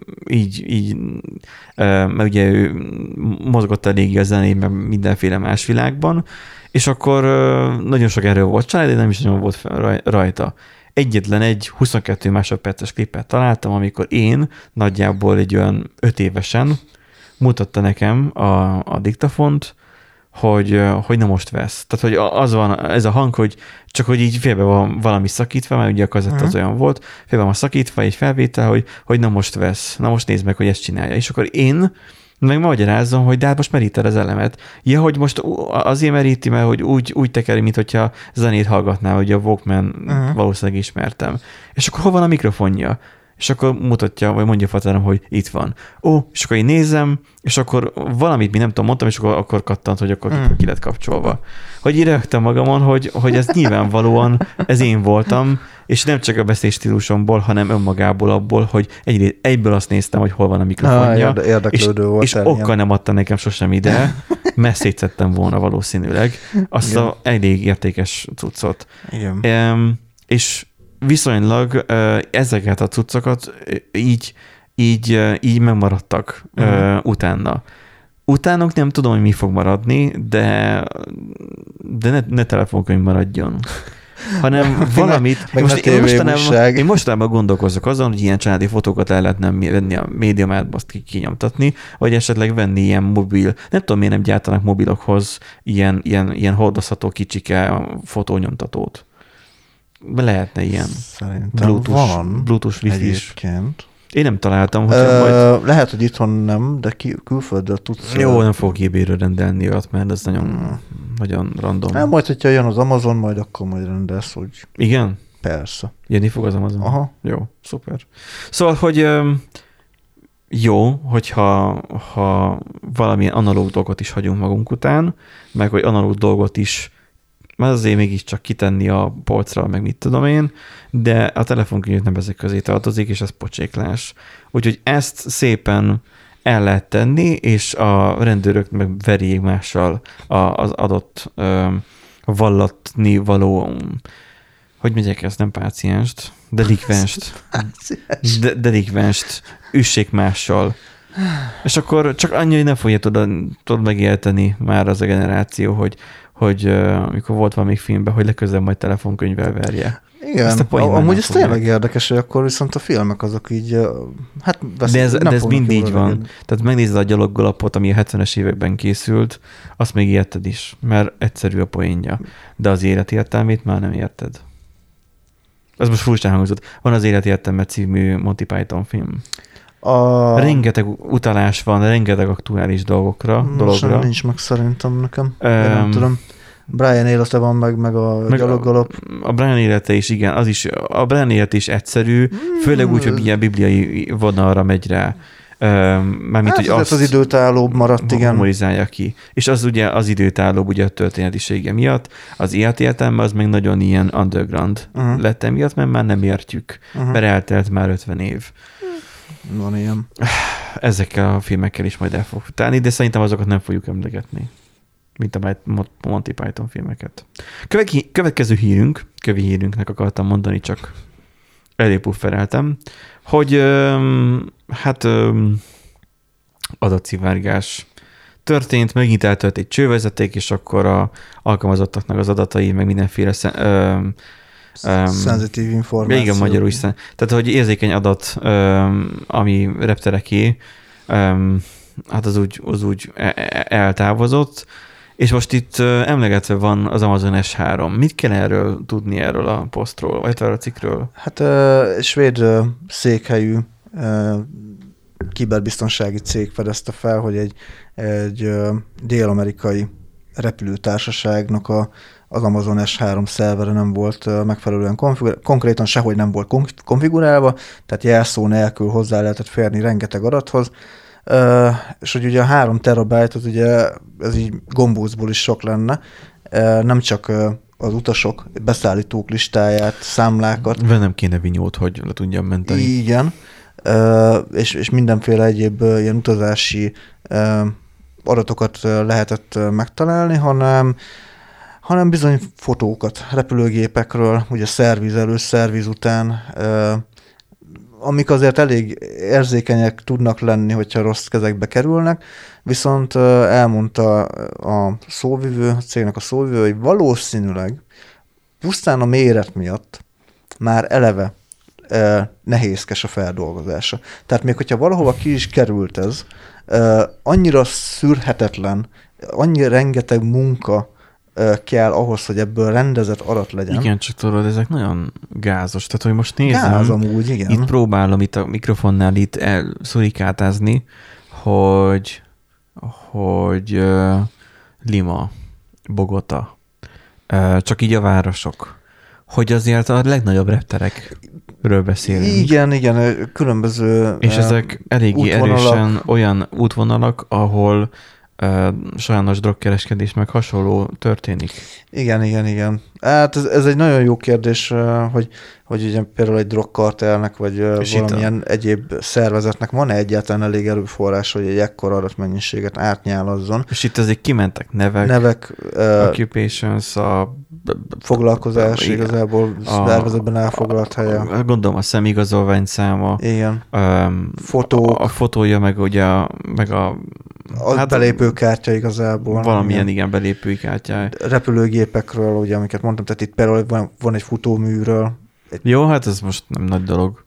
így mert ugye ő mozgott eléggé a zenében mindenféle más világban, és akkor nagyon sok erről volt család, de nem is nagyon volt rajta. Egyetlen egy 22 másodperces klippet találtam, amikor én nagyjából egy olyan 5 évesen mutatta nekem a diktafont, hogy na most vesz. Tehát, hogy az van ez a hang, hogy csak hogy így félbe van valami szakítva, mert ugye a kazetta az olyan volt, félbe van szakítva egy felvétel, hogy na most vesz, na most nézd meg, hogy ezt csinálja. És akkor én meg magyarázzam, hogy de hát most meríted az elemet. Ja, hogy most azért meríti, mert hogy úgy tekeri, mint hogyha zenét hallgatná, hogy a Walkman valószínűleg ismertem. És akkor hol van a mikrofonja? És akkor mutatja, vagy mondja Fatárom, hogy itt van. És akkor én nézem, és akkor valamit mi nem tudom, mondtam, és akkor kattant, hogy akkor ki lett kapcsolva. Hogy így rögtem magamon, hogy ez nyilvánvalóan, ez én voltam, és nem csak a beszédstílusomból, hanem önmagából abból, hogy egyből azt néztem, hogy hol van a mikrofonja, és okkal nem adta nekem sosem ide, mert szétszettem volna valószínűleg azt a elég értékes cuccot. Igen. És viszonylag ezeket a cuccokat így megmaradtak utána. Utánok nem tudom, hogy mi fog maradni, de ne telefonkönyv maradjon. Hanem valamit... Én mostanában gondolkozok azon, hogy ilyen családi fotókat el lehetne venni a médiamátba, azt kinyomtatni, vagy esetleg venni ilyen mobil, nem tudom, miért nem gyártanak mobilokhoz ilyen hordozható kicsike fotónyomtatót. Lehetne ilyen. Szerintem Bluetooth wifi is. Egyébként. Én nem találtam, hogy majd... Lehet, hogy itthon nem, de külföldről tudsz... Jó, nem fogok eBay-ről rendelni olyat, mert ez nagyon random. Nem, majd, hogyha jön az Amazon, majd akkor majd rendelsz, úgy. Igen? Persze. Jönni fog az Amazon? Aha. Jó, szuper. Szóval, hogy jó, hogyha valamilyen analóg dolgot is hagyunk magunk után, meg hogy analóg dolgot is mert azért mégiscsak kitenni a polcra, meg mit tudom én, de a telefonkönyv nem ezek közé tartozik, és ez pocséklás. Úgyhogy ezt szépen el lehet tenni, és a rendőrök meg verjék mással az adott vallatni való, hogy megyek ezt, nem pácienst, delikvenst üssék mással. És akkor csak annyi, hogy nem fogja tudod megélteni már az a generáció, hogy amikor volt valami filmben, hogy legközelebb majd telefonkönyvvel verje. Igen, amúgy ez tényleg érdekes, hogy akkor viszont a filmek azok így, hát de ez mind így van. Tehát megnézed a Gyaloggalapot, ami a 70-es években készült, azt még érted is, mert egyszerű a poénja. De az életértelmét már nem érted. Ez most furcsán hangzott. Van az Életértelme című Monty Python film. Rengeteg utalás van, rengeteg aktuális dologra. Nincs meg szerintem nekem. Nem tudom. Brian élete van meg a Gyaloggalap. A Brian élete is, igen, az is, a Brian élete is egyszerű, főleg úgy, hogy ilyen bibliai vonalra megy rá. Mármint, hogy az időtállóbb maradt, igen. Humorizálja ki. És az ugye az időtállóbb ugye a történetisége miatt, az Életértelme az meg nagyon ilyen underground lett emiatt, mert már nem értjük, mert eltelt már 50 év. Van ilyen. Ezekkel a filmekkel is majd el fog futálni, de szerintem azokat nem fogjuk emlegetni, mint a Monty Python filmeket. Következő kövi hírünknek akartam mondani, csak elépuffereltem, hogy adatszivárgás történt, megint eltört egy csővezeték, és akkor a alkalmazottaknak az adatai, meg mindenféle szenzitív információ. Igen, magyarul is. Tehát, hogy érzékeny adat, ami reptereké, hát az úgy eltávozott, és most itt emlegetve van az Amazon S3. Mit kell erről tudni erről a posztról, vagy erről a cikkről? Hát svéd székhelyű kiberbiztonsági cég fedezte fel, hogy egy dél-amerikai repülőtársaságnak az Amazon S3 szervere nem volt megfelelően konkrétan sehogy nem volt konfigurálva, tehát jelszó nélkül hozzá lehetett férni rengeteg adathoz, és hogy ugye a 3 terabyte, az ugye ez így gombócból is sok lenne, nem csak az utasok beszállítók listáját, számlákat. Nem kéne vinyót, hogy le tudjam menteni. Igen, és mindenféle egyéb ilyen utazási adatokat lehetett megtalálni, hanem bizony fotókat repülőgépekről, ugye szerviz előtt, szerviz után, amik azért elég érzékenyek tudnak lenni, hogyha rossz kezekbe kerülnek, viszont elmondta a szóvivő, a cégnek a szóvivő, hogy valószínűleg pusztán a méret miatt már eleve nehézkes a feldolgozása. Tehát még hogyha valahova ki is került ez, annyira szűrhetetlen, annyira rengeteg munka kell ahhoz, hogy ebből rendezett adat legyen. Igen, csak tudod, ezek nagyon gázos. Tehát, hogy most nézem, gáz amúgy, igen. Itt próbálom itt a mikrofonnál itt szurikátázni, hogy Lima, Bogota, csak így a városok, hogy azért a legnagyobb repterekről beszélünk. Igen, különböző és ezek eléggé erősen olyan útvonalak, ahol sajnos drogkereskedés meg hasonló történik. Igen. Hát ez egy nagyon jó kérdés, hogy ugye például egy drogkartelnek, vagy valamilyen egyéb szervezetnek van-e egyáltalán elég erőforrás, hogy egy ekkora adatmennyiséget átnyálazzon. És itt azért kimentek nevek occupations, a foglalkozás, igazából szervezetben elfoglalt helye. Gondolom a szemigazolványszáma. Igen. Fotók. A fotója, meg ugye a belépőkártya igazából. Valamilyen, igen, belépői kártya. Repülőgépekről, ugye, amiket mondtam, tehát itt például van egy futóműről. Jó, hát ez most nem nagy dolog.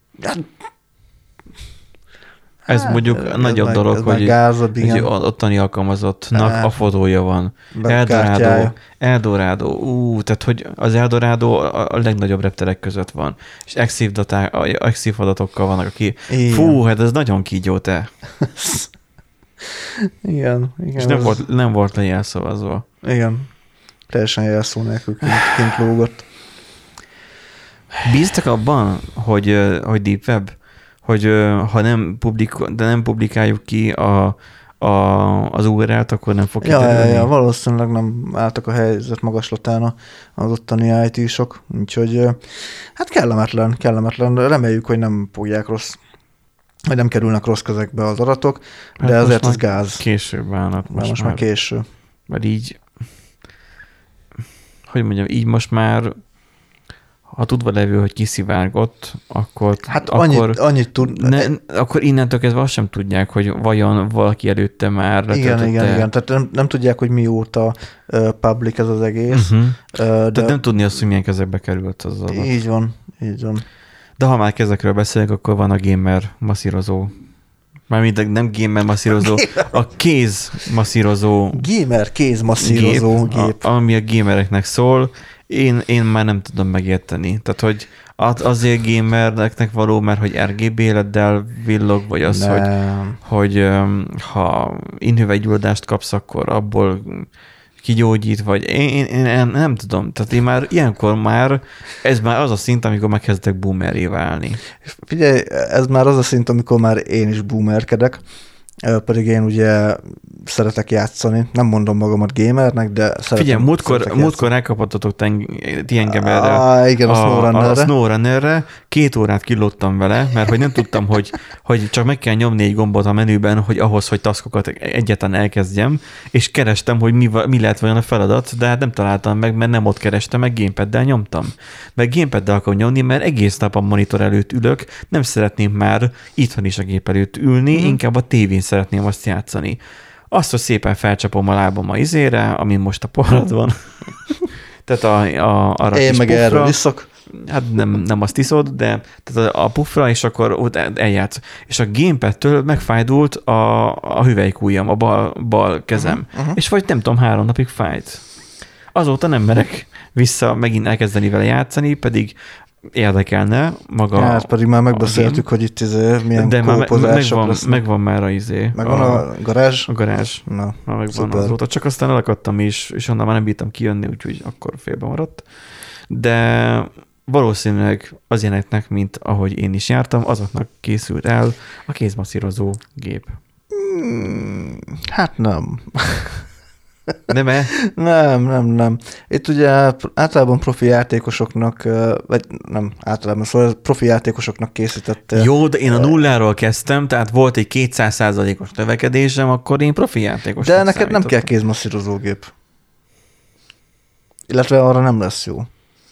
Ez mondjuk nagyobb dolog, hogy ottani alkalmazottnak a fotója van. Eldorado. Tehát hogy az Eldorado a legnagyobb repterek között van. És EXIF adatokkal vannak, aki fú, hát ez nagyon kígyó te. Igen. És nem volt lejelszavazva. Igen. Teljesen jelszó nélkül kint lógott. Bíztak abban, hogy Deep Web, hogy ha nem publikáljuk ki az URL-t, akkor nem fog kiderülni? Ja, valószínűleg nem álltak a helyzet magaslatán az ottani IT-sok, úgyhogy hát kellemetlen. Reméljük, hogy nem fogják hogy nem kerülnek rossz kezekbe az adatok, de hát azért ez gáz. Később állnak. Most már késő. Mert így, hogy mondjam, így most már ha tudva levő, hogy kiszivárgott, akkor... Hát annyit tud... Akkor innentől kezdve azt sem tudják, hogy vajon valaki előtte már letöltötte. Igen. Tehát nem tudják, hogy mióta public ez az egész. Tehát nem tudni azt, hogy milyen kezekbe került az adat. Így van. De ha már kezekről beszélek, akkor van a gamer masszírozó. Mármint nem gamer masszírozó, a kéz masszírozó. Gamer kéz masszírozó gép. Ami a gamereknek szól. Én már nem tudom megérteni. Tehát, hogy azért gamernek való, mert hogy RGB LED-del villog, vagy az, hogy ha inhüvelygyulladást kapsz, akkor abból kigyógyít, vagy én nem tudom. Tehát én már ilyenkor ez már az a szint, amikor megkezdek boomeré válni. Figyelj, ez már az a szint, amikor már én is boomerkedek, pedig én ugye szeretek játszani. Nem mondom magamat gamernek, de szeretem. Figyelj, múltkor elkaphattatok ti engem erre. Igen, a SnowRunnerre. 2 órát kilódtam vele, mert hogy nem tudtam, hogy csak meg kell nyomni egy gombot a menüben, hogy ahhoz, hogy taskokat egyáltalán elkezdjem, és kerestem, hogy mi lehet vajon a feladat, de hát nem találtam meg, mert nem ott kerestem, meg gamepaddel nyomtam. Meg gamepaddel akarom nyomni, mert egész nap a monitor előtt ülök, nem szeretném már itthon is a gép előtt ülni, inkább a tévén szeretném azt játszani. azt, hogy szépen felcsapom a lábam a izére, amin most a porrad van. Tehát arra én kis meg puffra, erről iszok. hát nem azt iszod, de tehát a puffra, és akkor ott eljátsz. És a gamepadtől megfájdult a hüvelykujjam, a bal kezem. És vagy nem tudom, 3 napig fájt. Azóta nem merek vissza megint elkezdeni vele játszani, pedig érdekelne maga. Hát pedig már megbeszéltük, hogy itt milyen de kópozások lesznek. megvan már Megvan a garázs? A garázs. Na, már megvan szuper. azóta, csak aztán elakadtam is, és onnan már nem bírtam kijönni, úgyhogy akkor félbe maradt. De valószínűleg az ilyeneknek, mint ahogy én is jártam, azoknak készült el a kézmasszírozó gép. Hát nem. Nem. Itt ugye általában profi játékosoknak, vagy nem általában, szóval profi játékosoknak készített. Jó, de én a nulláról kezdtem, tehát volt egy 200%-os növekedésem, akkor én profi játékosnak De neked nem kell kézmasszírozógép. Illetve arra nem lesz jó.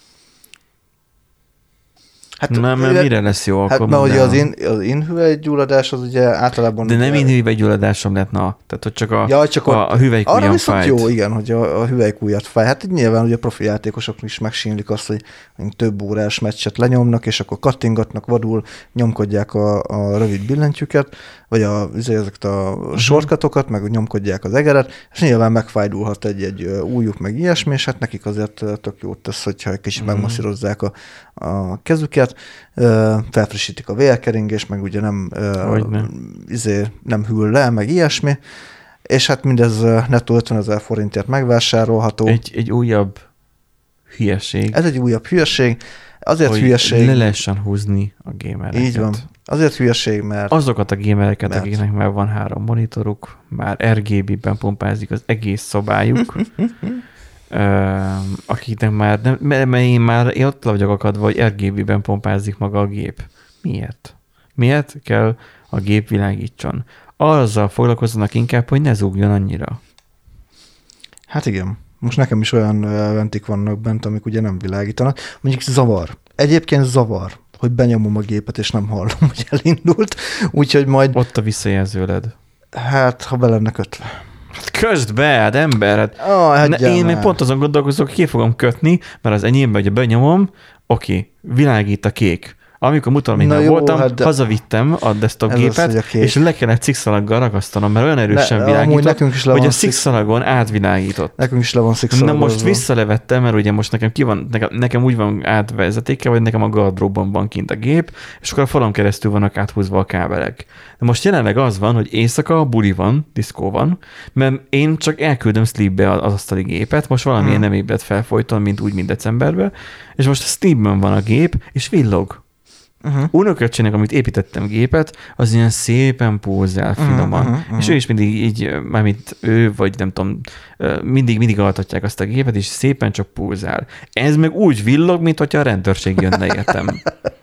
Hát, mert mire lesz jó? Hát akkor mert ugye az inhüvelygyulladás az ugye általában... De nem inhüvelygyulladásom lett, tehát hogy csak a hüvelykujjam arra viszont fájt. jó, igen, hogy a hüvelykujjat fáj. Hát így nyilván ugye profi játékosok is megsínlik azt, hogy több órás meccset lenyomnak, és akkor kattingatnak, vadul nyomkodják a rövid billentyűket, vagy ezeket a shortcutokat, meg nyomkodják az egeret, és nyilván megfájdulhat egy ujjuk, meg ilyesmi, és hát nekik azért tök jót tesz, hogyha egy kicsit megmasszírozzák a kezüket, felfrissítik a vérkeringést, meg ugye nem hűl le, meg ilyesmi, és hát mindez nettó 50 000 forintért megvásárolható. Egy újabb hülyeség. Ez egy újabb hülyeség. Azért hogy hülyeség. le lehessen húzni a gamereket. Így van. Azért hülyeség, mert... Azokat a gamereket, akiknek már van 3 monitoruk, már RGB-ben pompázik az egész szobájuk, akiknek már mert én ott vagyok akadva, hogy RGB-ben pompázik maga a gép. Miért? Miért kell a gép világítson? Azzal foglalkozzanak inkább, hogy ne zúgjon annyira. Hát igen. Most nekem is olyan ventik vannak bent, amik ugye nem világítanak. Mondjuk zavar. Egyébként zavar, hogy benyomom a gépet, és nem hallom, hogy elindult. Úgyhogy majd... Ott a visszajelzőled. Hát, ha be lenne kötve. Hát kösd be, hát ember! Én még pont azon gondolkozok, ki fogom kötni, mert az enyémben, hogy benyomom, oké, világít a kék. Amikor mutatóményben voltam, hát hazavittem a desktop gépet, és le kellett szikszalaggal ragasztanom, mert olyan erősen világított, hogy a szikszalagon átvilágított. Nekünk is le van szikszalagozva. Na most visszalevettem, mert ugye most nekem úgy van átvezetéke, hogy nekem a gardróbban van kint a gép, és akkor a falon keresztül vannak áthúzva a kábelek. De most jelenleg az van, hogy éjszaka buli van, diszkó van, mert én csak elküldöm sleepbe az asztali gépet, most valamilyen nem ébredt fel folyton, mint úgy, mint decemberben, és most a sleepben van a gép, és villog. Unoköcsének, amit építettem gépet, az ilyen szépen pulzál finoman. És ő is mindig így, mármint ő, vagy nem tudom, mindig altatják azt a gépet, és szépen csak pulzál. Ez meg úgy villog, mint hogyha a rendőrség jönne értem.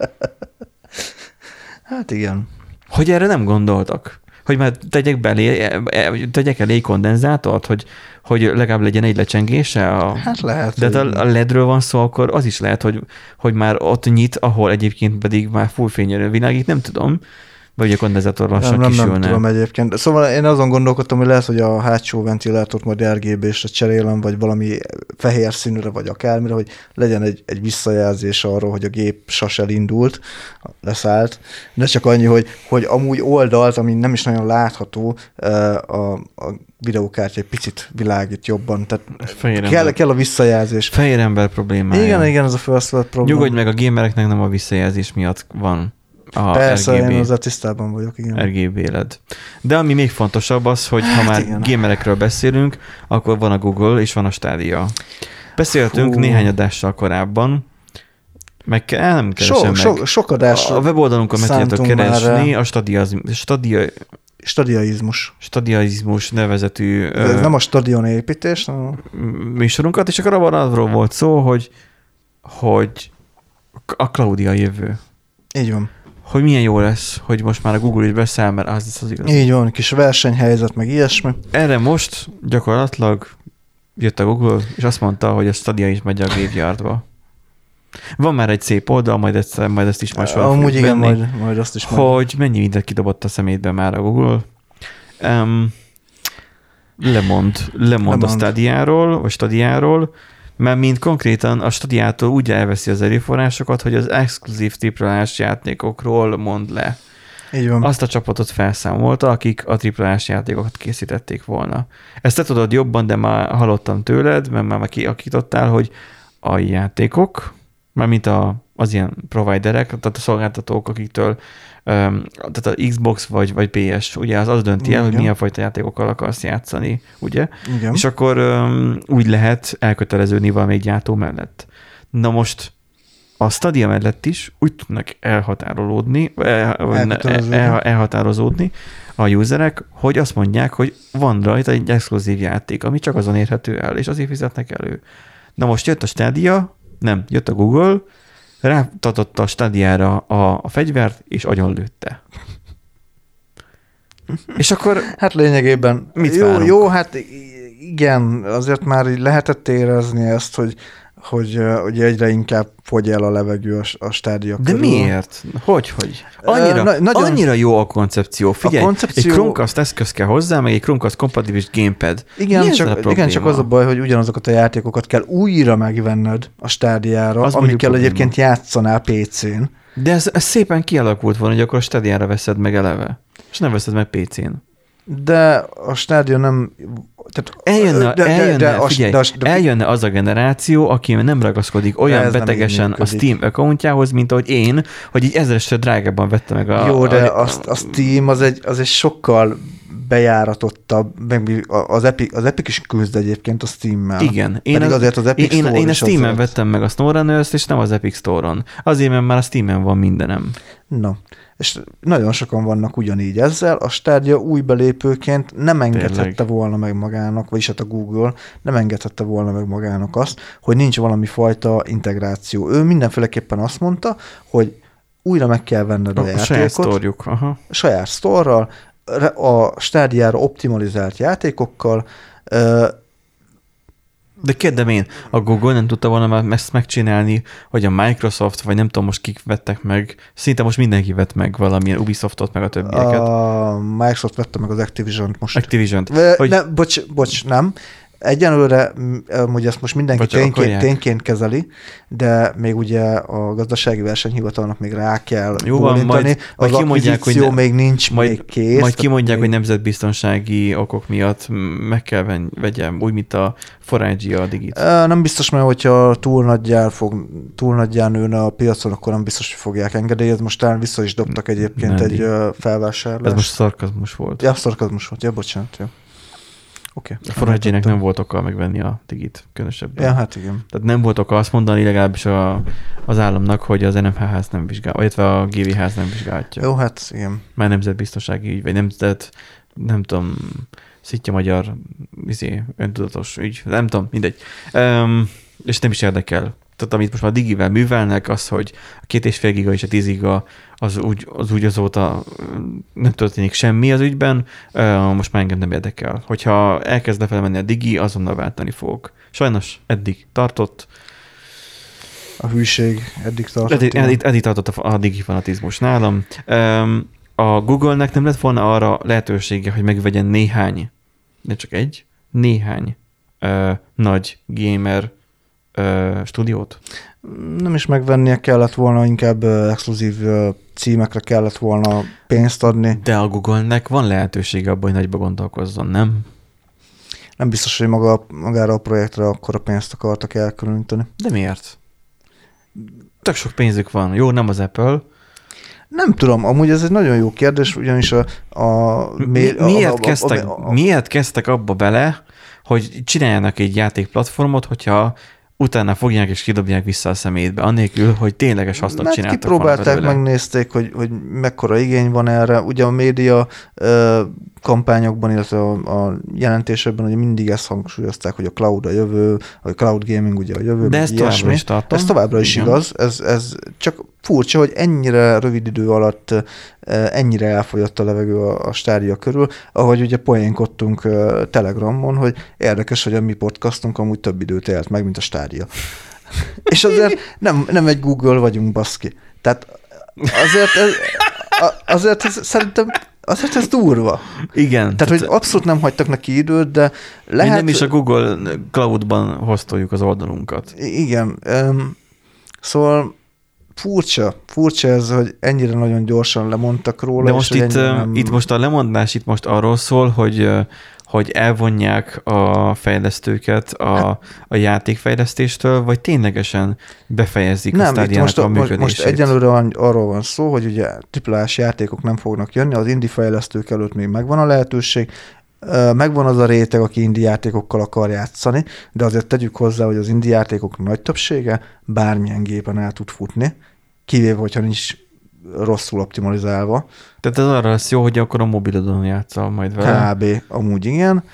Hát igen. Hogy erre nem gondoltak? Hogy már tegyek elé kondenzátort, hogy legalább legyen egy lecsengése? Hát lehet. De a LED-ről van szó, akkor az is lehet, hogy már ott nyit, ahol egyébként pedig már full fényerő világít, nem tudom. Vagy a kondenzátor lassan kisülne. Nem tudom egyébként. Szóval én azon gondolkodtam, hogy lehet, hogy a hátsó ventilátort majd RGB-sre cserélem, vagy valami fehér színűre, vagy akármire, hogy legyen egy visszajelzés arról, hogy a gép sas elindult, leszállt. De csak annyi, hogy amúgy oldalt, ami nem is nagyon látható, a videókártya egy picit világít jobban. Tehát kell a visszajelzés. Fehér ember problémája. Igen, ez a first world probléma. Nyugodj meg, a gamereknek nem a visszajelzés miatt van. Persze, RGB, én azzal tisztában vagyok, igen. RGB LED. De ami még fontosabb az, hogy ha már gamerekről beszélünk, akkor van a Google és van a Stadia. Beszéltünk néhány adással korábban, nem keresem meg. Sok adásra a weboldalunkon meg tudjátok keresni a Stadiaizmus nevezetű ez nem a stadion építés, műsorunkat, és akkor arról volt szó, hogy a Claudia jövő. Így van. Hogy milyen jó lesz, hogy most már a Google is beszáll, mert az lesz az igaz. Így van, kis versenyhelyzet, meg ilyesmi. Erre most gyakorlatilag jött a Google, és azt mondta, hogy a Stadia is megy a graveyardba. Van már egy szép oldal, majd ezt is majd amúgy igen, majd azt is hogy mennyi mindent kidobott a szemétbe már a Google. lemond a Stadiáról, mert mint konkrétan a Stadiától úgy elveszi az erőforrásokat, hogy az exkluzív triplás játékokról mond le. Így van. Azt a csapatot felszámolta, akik a triplás játékokat készítették volna. Ezt te tudod jobban, de már hallottam tőled, mert már kiakítottál, hogy a játékok, mármint az ilyen providerek, tehát a szolgáltatók, akiktől tehát a Xbox vagy PS, ugye az dönti el, hogy milyen fajta játékokkal akarsz játszani, ugye? Igen. És akkor úgy lehet elköteleződni valamelyik gyártó mellett. Na most a Stadia mellett is úgy tudnak elhatározódni a userek, hogy azt mondják, hogy van rajta egy exkluzív játék, ami csak azon érhető el, és azért fizetnek elő. Na most jött a Stadia, jött a Google, rámutatott a Stadiára a fegyvert, és agyonlőtte. És akkor hát lényegében mit várunk? Jó, hát igen, azért már így lehetett érezni ezt, hogy egyre inkább fogy el a levegő a Stadia körül. De miért? Hogy? Annyira jó a koncepció. Figyelj, egy Chromecast eszköz kell hozzá, meg egy Chromecast kompatibilis gamepad. Igen, csak az a baj, hogy ugyanazokat a játékokat kell újra megvenned a Stadiára, amikkel egyébként játszanál PC-n. De ez szépen kialakult volna, hogy akkor a Stadiára veszed meg eleve, és nem veszed meg PC-n. De a Stadia nem... Eljönne az a generáció, aki nem ragaszkodik olyan betegesen a Steam accountjához, mint ahogy én, hogy így ezresre drágában vette meg a... Jó, de a Steam az egy sokkal bejáratottabb, az Epic is küzd egyébként a Steam-mel. Igen. Én a Steam-en vettem meg a SnowRunners-t, és nem az Epic Store-on. Azért, mert már a Steam-en van mindenem. Na, és nagyon sokan vannak ugyanígy ezzel. A Stadia új belépőként nem engedhette volna meg magának, vagyis hát a Google nem engedhette volna meg magának azt, hogy nincs valami fajta integráció. Ő mindenféleképpen azt mondta, hogy újra meg kell venned a játékot. Saját sztorjuk. Aha. Saját sztorral, a Stadiára optimalizált játékokkal. De kérdem én, a Google nem tudta volna ezt megcsinálni, hogy a Microsoft, vagy nem tudom most kik vettek meg, szinte most mindenki vett meg valamilyen Ubisoftot, meg a többieket. A Microsoft vette meg az Activision-t most. Activision-t. Bocs, nem. Egyenlőre, hogy ezt most mindenki tényként kezeli, de még ugye a gazdasági versenyhivatalnak még rá kell bólintani. Az akvizíció még nincs még kész. Majd kimondják, hogy nemzetbiztonsági okok miatt meg kell vegyem, úgy, mint a Forage a Digit. Nem biztos, mert hogyha túl nagyján nőne a piacon, akkor nem biztos, hogy fogják engedélyezni. Most talán vissza is dobtak egyébként egy felvásárlást. Ez most szarkazmus volt. Ja, szarkazmus volt. Ja, bocsánat. Ja. Okay. A Forage-nek nem volt oka megvenni a Digit különösebben. Ja, hát igen. Tehát nem volt oka azt mondani legalábbis az államnak, hogy az NMH-ház nem vizsgál, illetve a GV-ház nem vizsgálhatja. Jó, hát igen. Már nemzetbiztonsági ügy, vagy nem tudom, szitja magyar öntudatos ügy, nem tudom, mindegy. És nem is érdekel. Tehát amit most már a Digivel művelnek, az, hogy a 2,5 giga és a 10 giga az úgy azóta nem történik semmi az ügyben, most már engem nem érdekel. Hogyha elkezd lefelé menni a Digi, azonnal váltani fogok. Sajnos eddig tartott. A hűség eddig tartott. Eddig tartott a Digi fanatizmus nálam. A Google-nek nem lett volna arra lehetősége, hogy megvegyen néhány nagy gamer stúdiót? Nem is megvennie kellett volna, inkább exkluzív címekre kellett volna pénzt adni. De a Google-nek van lehetősége abban, hogy nagyba gondolkozzon, nem? Nem biztos, hogy magára a projektre akkora pénzt akartak elkülöníteni. De miért? Tök sok pénzük van. Jó, nem az Apple. Nem tudom, amúgy ez egy nagyon jó kérdés, ugyanis miért kezdtek abba bele, hogy csináljanak egy játékplatformot, hogyha utána fogják és kidobják vissza a szemétbe, annélkül, hogy tényleges hasznot csináltak volna belőle. Kipróbálták, megnézték, hogy mekkora igény van erre. Ugye a média kampányokban, illetve a jelentésekben ugye mindig ezt hangsúlyozták, hogy a cloud a jövő, a cloud gaming ugye a jövő. De ezt továbbra is tartom. Ez továbbra is igaz. Ez csak furcsa, hogy ennyire rövid idő alatt ennyire elfogyott a levegő a Stadia körül, ahogy ugye poénkodtunk Telegramon, hogy érdekes, hogy a mi podcastunk amúgy több időt élt meg, mint a Stadia. És azért nem egy Google vagyunk, baszki. Tehát azért szerintem azért ez durva. Igen. Tehát, hogy abszolút nem hagytak neki időt, de lehet... Mi nem is a Google Cloud-ban hoztoljuk az oldalunkat. Igen. Szóval furcsa ez, hogy ennyire nagyon gyorsan lemondtak róla. De most itt most a lemondás itt most arról szól, hogy elvonják a fejlesztőket a játékfejlesztéstől, vagy ténylegesen befejezik a Stadia-nak a működését? Most egyenlőre arról van szó, hogy ugye AAA-s játékok nem fognak jönni, az indie fejlesztők előtt még megvan a lehetőség, megvan az a réteg, aki indie játékokkal akar játszani, de azért tegyük hozzá, hogy az indie játékok nagy többsége bármilyen gépen el tud futni, kivéve, hogyha nincs rosszul optimalizálva. Tehát ez arra lesz jó, hogy akkor a mobilodon játszol majd vele. Kb. Amúgy igen.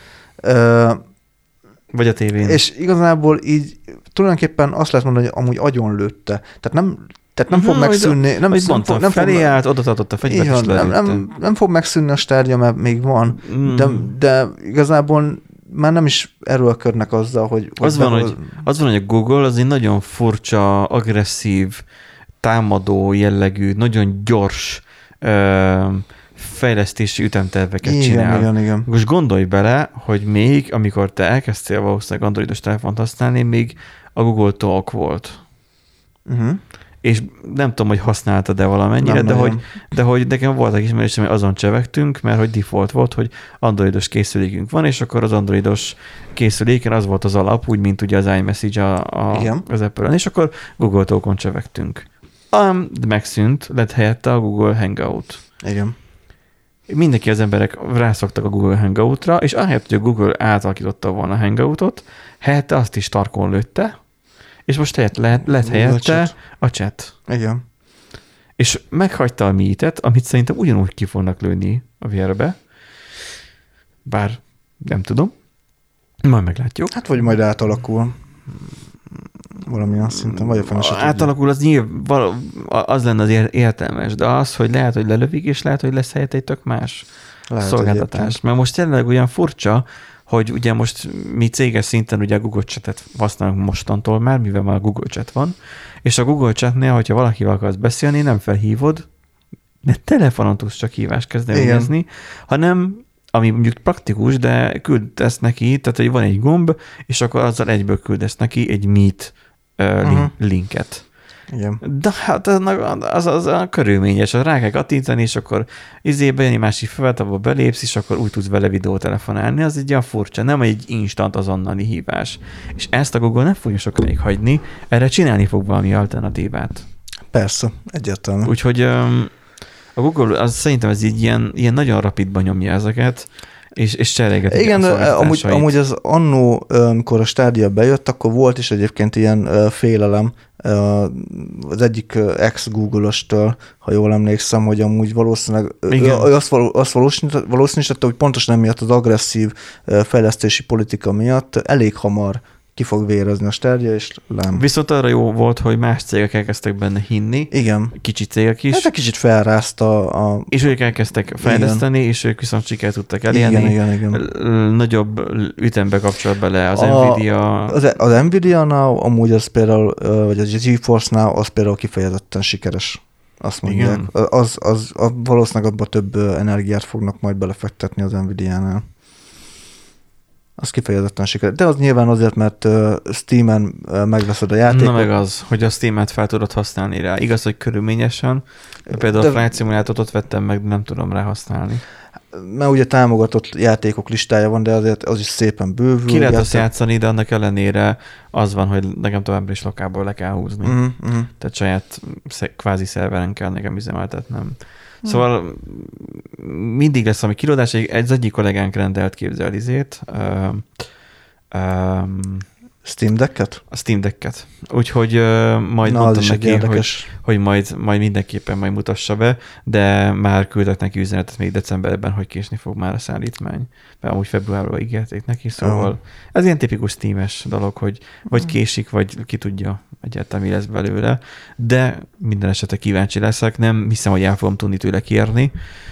Vagy a tévén. És igazából így tulajdonképpen azt lehet mondani, hogy amúgy agyonlőtte. Tehát nem fog megszűnni. Nem felé állt, oda tartott a fegyvert, és nem fog megszűnni a Stadia, mert még van. De igazából már nem is erőlködnek azzal, hogy... Az van, hogy a Google az egy nagyon furcsa, agresszív, támadó jellegű, nagyon gyors fejlesztési ütemterveket csinál. Igen. Most gondolj bele, hogy még amikor te elkezdtél valószínűleg androidos telefont használni, még a Google Talk volt. És nem tudom, hogy használtad-e valamennyire, de hogy nekem voltak ismerésem, hogy azon csevegtünk, mert hogy default volt, hogy androidos készülékünk van, és akkor az androidos készüléken az volt az alap, úgy, mint ugye az iMessage az Apple-en, és akkor Google Talkon csevegtünk. De megszűnt, lett helyette a Google Hangout. Igen. Mindenki, az emberek rászoktak a Google Hangoutra, és ahelyett, hogy a Google átalakította volna a Hangoutot, helyette azt is tarkon lőtte, és most lett helyette a chat. Igen. És meghagyta a Meet-et, amit szerintem ugyanúgy ki fognak lőni a VR-be. Bár nem tudom. Majd meglátjuk. Hát vagy majd átalakul. Valamilyen szinten, vagy a fene se átalakul, az lenne az értelmes, de az, hogy lehet, hogy lelövik, és lehet, hogy lesz helyett egy tök más szolgáltatás. Egyébként. Mert most tényleg olyan furcsa, hogy ugye most mi céges szinten ugye a Google Chat-et használunk mostantól már, mivel már a Google Chat van, és a Google Chatnél, hogyha valakivel akarsz beszélni, nem felhívod, de telefonon tudsz csak hívást kezdeményezni, hanem ami mondjuk praktikus, de küldesz neki, tehát hogy van egy gomb, és akkor azzal egyből küldesz neki egy Meet linket. Igen. De hát az a körülményes, rá kell kattintani, és akkor bejön egy másik felvet, abba belépsz, és akkor úgy tudsz vele videótelefonálni, az egy olyan furcsa, nem egy instant azonnali hívás. És ezt a Google nem fogja sokáig hagyni, erre csinálni fog valami alternatívát. Persze, egyértelmű. Úgyhogy a Google, szerintem ez így ilyen nagyon rapidban nyomja ezeket, és cserélgetik. Igen, amúgy az annó, amikor a Stadia bejött, akkor volt is egyébként ilyen félelem az egyik ex-Google-ostől, ha jól emlékszem, hogy amúgy valószínűleg azt valószínűsítette, hogy pontosan emiatt az agresszív fejlesztési politika miatt elég hamar ki fog vérezni a Stadia, és lám. Viszont arra jó volt, hogy más cégek elkezdtek benne hinni. Igen. Kicsi cégek is. Ez egy kicsit felrázta És ők elkezdtek fejleszteni, és ők viszont sikert tudtak elérni. Igen. Nagyobb ütembe kapcsolat bele az Nvidia. Az Nvidia-nál amúgy az például, vagy a GeForce-nál az például kifejezetten sikeres. Azt mondják. Az valószínűleg abban több energiát fognak majd belefektetni az Nvidia-nál. Az kifejezetten sikeres. De az nyilván azért, mert Steam-en megveszed a játékot. Na meg az, hogy a Steam-et fel tudod használni rá. Igaz, hogy körülményesen. Például a Flight Simulator-t ott vettem meg, nem tudom rá használni. Mert ugye támogatott játékok listája van, de azért az is szépen bővül. Ki lehet azt játszani, de annak ellenére az van, hogy nekem továbbra is lokából le kell húzni. Tehát saját kvázi szerveren kell nekem üzemeltetnem. Szóval mindig lesz valami kilódás, egy egyik kollégánk rendelt képzelizét. Steam Deck-et? A Steam Deck-et. Úgyhogy majd mondtam neki, hogy majd mindenképpen majd mutassa be, de már küldtek neki üzenetet még decemberben, hogy késni fog már a szállítmány. Mert amúgy februárban ígérték neki, szóval ez ilyen tipikus Steam-es dolog, hogy vagy késik, vagy ki tudja egyáltalán mi lesz belőle, de minden esetre kíváncsi leszek, nem hiszem, hogy el fogom tudni tőle kérni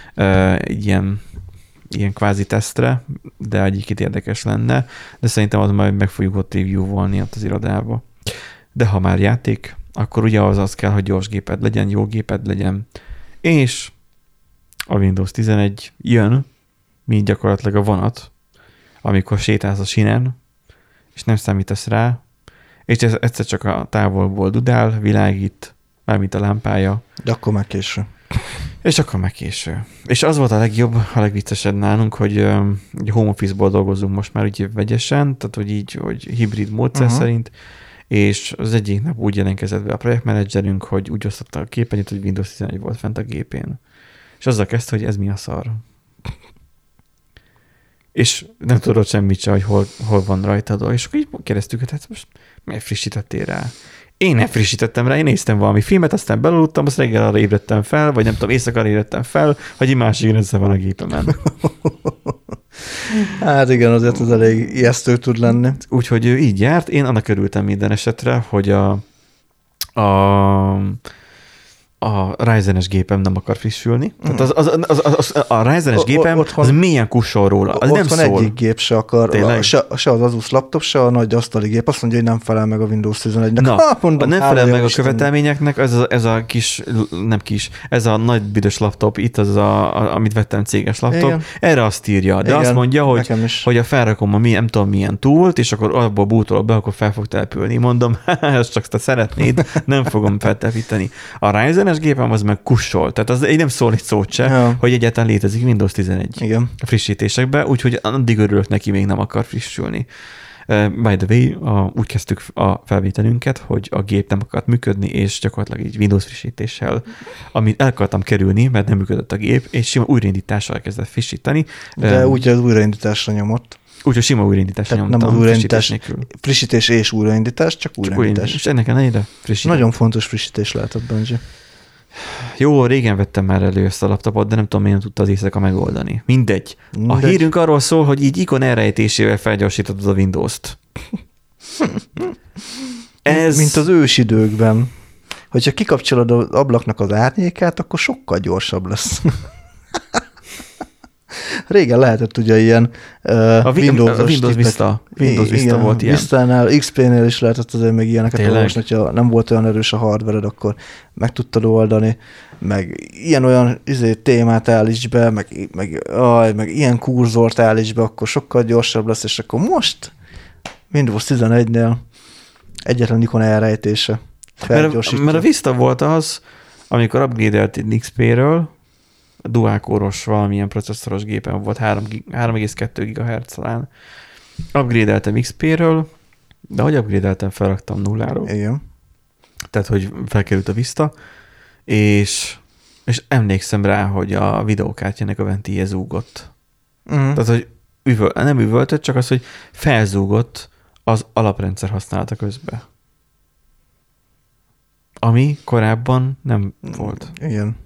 ilyen kvázi tesztre, de egyébként érdekes lenne, de szerintem az majd meg fogjuk ott review-volni ott az irodába. De ha már játék, akkor ugye az kell, hogy gyors géped legyen, jó géped legyen, és a Windows 11 jön, mint gyakorlatilag a vonat, amikor sétálsz a sínen, és nem számítasz rá, és ez egyszer csak a távolból dudál, világít, mármint a lámpája. De akkor már késő. És akkor meg késő. És az volt a legjobb, a legviccesebb nálunk, hogy home office-ból dolgozunk most már úgy vegyesen, tehát hogy így, hogy hibrid módszer szerint, és az egyik nap úgy jelentkezett be a projektmenedzserünk, hogy úgy osztotta a képernyőt, hogy Windows 11 volt fent a gépén. És azzal kezdte, hogy ez mi a szar. És nem tudod semmit se, hogy hol van rajtad, és akkor így kérdeztük, hogy hát most miért frissítettél rá? Én nem frissítettem rá, én néztem valami filmet, aztán belaludtam, azt reggel arra ébredtem fel, vagy nem tudom, éjszakára ébredtem fel, hogy egy másik rendszer van a gépemen. Hát igen, azért az elég ijesztő tud lenni. Úgyhogy ő így járt, én annak örültem minden esetre, hogy a Ryzen-es gépem nem akar frissülni. Tehát a Ryzen-es gépem az mélyen kusson róla. Az nem szól. Egyik gép se akar, se az Asus laptop, se a nagy asztali gép. Azt mondja, hogy nem felel meg a Windows 11-nek. Na, mondom, nem felel meg a követelményeknek, ez a nagy büdös laptop, itt az amit vettem céges laptop, igen. Erre azt írja. De igen, azt mondja, hogy a felrakom a nem tudom milyen túlt, és akkor abból bútolok be, akkor fel fog települni. Mondom, ezt csak te szeretnéd, nem fogom feltelepíteni. A Ryzen-es gépem az meg kussol. Tehát az így nem szól egy szót se, hogy egyáltalán létezik Windows 11 igen. A frissítésekben, úgyhogy addig örülök neki, még nem akar frissülni. By the way, úgy kezdtük a felvételünket, hogy a gép nem akart működni, és gyakorlatilag így Windows frissítéssel, amit el akartam kerülni, mert nem működött a gép, és sima újraindítással elkezdett frissíteni. De úgy az újraindításra nyomott. Úgyhogy sima újraindításra nyomtam. Nem az újraindítás, frissítés és újraindítás, csak újraindítás. És ennek ellenére frissítés. Nagyon fontos frissítés lehetett, Benji. Jó, régen vettem már elő ezt a laptopot, de nem tudom, miért tudta az éjszaka megoldani. Mindegy. A hírünk arról szól, hogy így ikon elrejtésével felgyorsítod a Windows-t. Ez... Mint az ősidőkben. Hogyha kikapcsolod az ablaknak az árnyékát, akkor sokkal gyorsabb lesz. Régen lehetett ugye ilyen Windows Vista. Windows Vista volt ilyen. Vista-nál, XP-nél is lehetett azért még ilyeneket olvasni, hogyha nem volt olyan erős a hardvered, akkor meg tudtad oldani, meg ilyen-olyan témát állíts be, meg ilyen kurzort állíts be, akkor sokkal gyorsabb lesz, és akkor most Windows 11-nél egyetlen ikon elrejtése. Mert a Vista volt az, amikor upgrade-elt XP-ről, dual-core-os valamilyen processzoros gépen volt, 3,2 GHz talán. Upgrade-eltem XP-ről, de hogy upgrade-eltem, felraktam nulláról. Igen. Tehát, hogy felkerült a Vista, és emlékszem rá, hogy a videókártyának a ventíje zúgott. Tehát, hogy nem üvöltött, csak az, hogy felzúgott az alaprendszer használata közben. Ami korábban nem volt. Igen.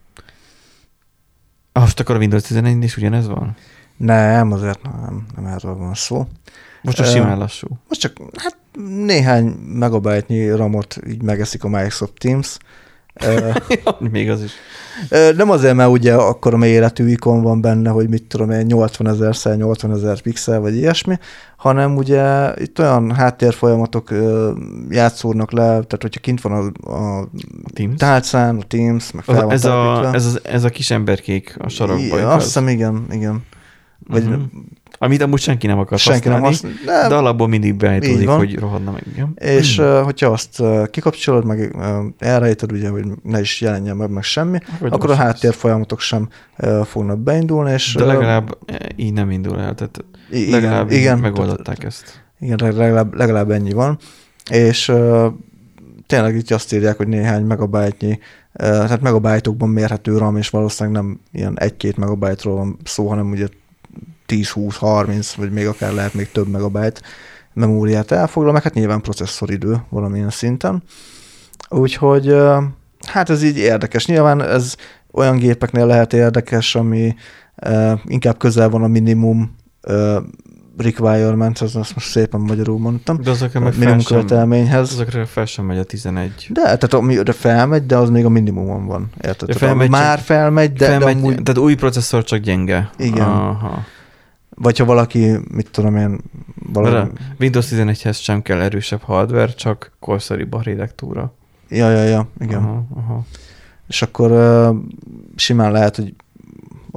Most akkor a Windows 11 is ugyanez van? Nem, azért nem erről van szó. Most csak simán lassú. Most csak néhány megabájtnyi RAM-ot így megeszik a Microsoft Teams. Még az is. Nem azért, mert ugye akkor a méretű ikon van benne, hogy mit tudom én, 80 000 x 80 000 pixel, vagy ilyesmi, hanem ugye itt olyan háttérfolyamatok játszódnak le, tehát hogyha kint van a tálcán, a Teams, meg fel van telepítve. Ez a kis emberkék a sarokban. Azt hiszem, igen. Vagy amit amúgy senki nem akar használni, de alapból mindig beállítódik, hogy rohadna meg. Igen. És hogyha azt kikapcsolod, meg elrejted, ugye, hogy ne is jelenjen meg semmi, akkor a háttérfolyamatok sem fognak beindulni. És de legalább így nem indul el, tehát legalább igen, megoldották ezt. Igen, legalább ennyi van. És tényleg itt azt írják, hogy néhány megabájtnyi, tehát megabájtokban mérhető RAM, és valószínűleg nem ilyen 1-2 megabájtról van szó, hanem ugye 10-20-30, vagy még akár lehet még több megabájt memóriát elfoglal, meg hát nyilván processzoridő valamilyen szinten. Úgyhogy hát ez így érdekes. Nyilván ez olyan gépeknél lehet érdekes, ami inkább közel van a minimum requirement, azt most szépen magyarul mondtam. De azokra meg minimum követelményhez. Azokra fel sem megy a 11. De, tehát amire felmegy, de az még a minimumon van. Érted? Felmegy, már felmegy, de amúgy... Tehát új processzor csak gyenge. Igen. Aha. Vagy ha valaki, mit tudom én... Windows 11-hez sem kell erősebb hardware, csak korszeribb architektúra. Ja, igen. Aha. És akkor simán lehet, hogy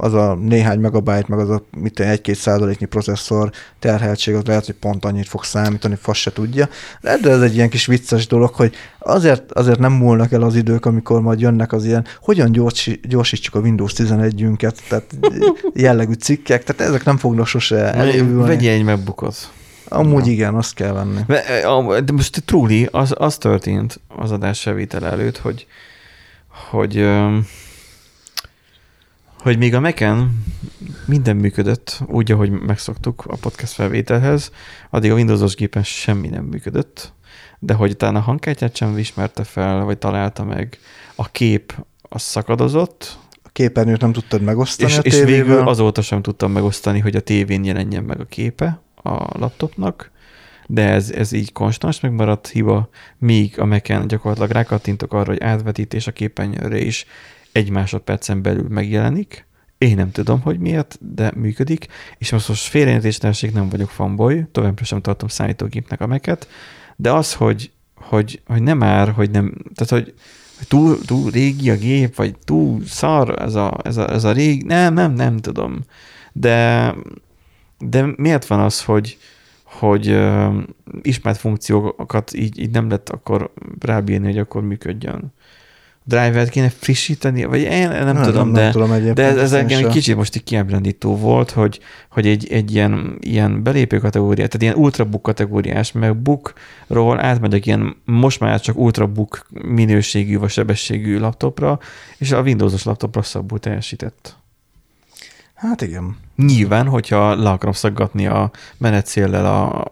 az a néhány megabyte, meg az a 1-2% processzor terheltség, az lehet, hogy pont annyit fog számítani, fasz se tudja. De ez egy ilyen kis vicces dolog, hogy azért nem múlnak el az idők, amikor majd jönnek az ilyen, hogyan gyorsítsuk a Windows 11-ünket, tehát jellegű cikkek, tehát ezek nem fognak sose elévülni. Vegyél egy MacBookot. Amúgy igen, azt kell venni. De most truly, az történt az adás felvétel előtt, hogy még a Mac-en minden működött, úgy, ahogy megszoktuk a podcast felvételhez, addig a Windows-os gépen semmi nem működött, de hogy utána a hangkártyát sem ismerte fel, vagy találta meg, a kép az szakadozott. A képernyőt nem tudtad megosztani és végül azóta sem tudtam megosztani, hogy a tévén jelenjen meg a képe a laptopnak, de ez így konstans megmaradt hiba, míg a Mac-en gyakorlatilag rákattintok arra, hogy átvetítés a képernyőre is 1 másodpercen belül megjelenik. Én nem tudom, hogy miért, de működik, és most félreértéstelenség, nem vagyok fanboy, továbbra sem tartom számítógépnek a Mac-et, de az, hogy nem ár, hogy nem, tehát hogy túl régi a gép, vagy túl szar ez a régi, nem tudom. De miért van az, hogy ismert funkciókat így nem lett akkor rábírni, hogy akkor működjön? Drivert kéne frissíteni, vagy én nem tudom, de ez engem egy kicsit most így kiábrándító volt, hogy egy ilyen belépő kategóriát, tehát ilyen ultrabook kategóriás, meg bookról átmegyek ilyen most már csak ultrabook minőségű vagy sebességű laptopra, és a Windows-os laptop rosszabbul teljesített. Hát igen. Nyilván, hogyha le akarom szaggatni a menetszéllel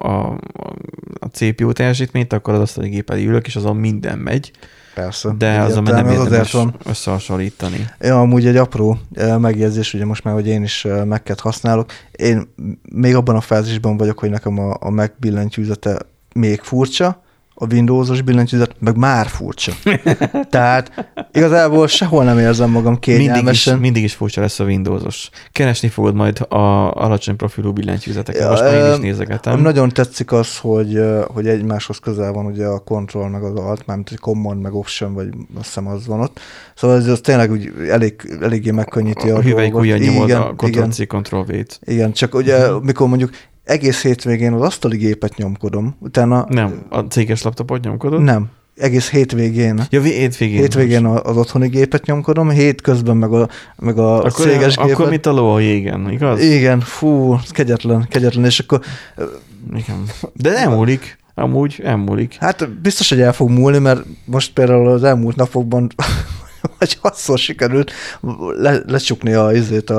a CPU teljesítményt, akkor az asztali gép elé ülök, és azon minden megy. Persze. De azon nem érdemes összehasonlítani. Ja, amúgy egy apró megjegyzés, ugye most már, hogy én is Mac-et használok. Én még abban a fázisban vagyok, hogy nekem a Mac billentyűzete még furcsa, a Windows-os billentyűzet meg már furcsa. Tehát igazából sehol nem érzem magam kényelmesen. Mindig is furcsa lesz a Windows-os. Keresni fogod majd a alacsony profilú billentyűzeteket. Most már én is nézegetem. Nagyon tetszik az, hogy egymáshoz közel van ugye a Control meg az Alt, mármint hogy Command meg Option, vagy azt hiszem az van ott. Szóval ez tényleg úgy eléggé megkönnyíti a hüvelyk ujjal nyomod a Ctrl-C, Ctrl-V-t. Igen, csak ugye mikor mondjuk egész hétvégén az asztali gépet nyomkodom, utána... Nem, a céges laptopot nyomkodod? Nem, egész hétvégén. Ja, hétvégén az otthoni gépet nyomkodom, hétközben meg a céges gépet. Akkor mit a ló a jégen, igaz? Igen, fú, kegyetlen, és akkor... Igen. De elmúlik, amúgy elmúlik. Hát biztos, hogy el fog múlni, mert most például az elmúlt napokban vagy 6-szor sikerült lecsukni a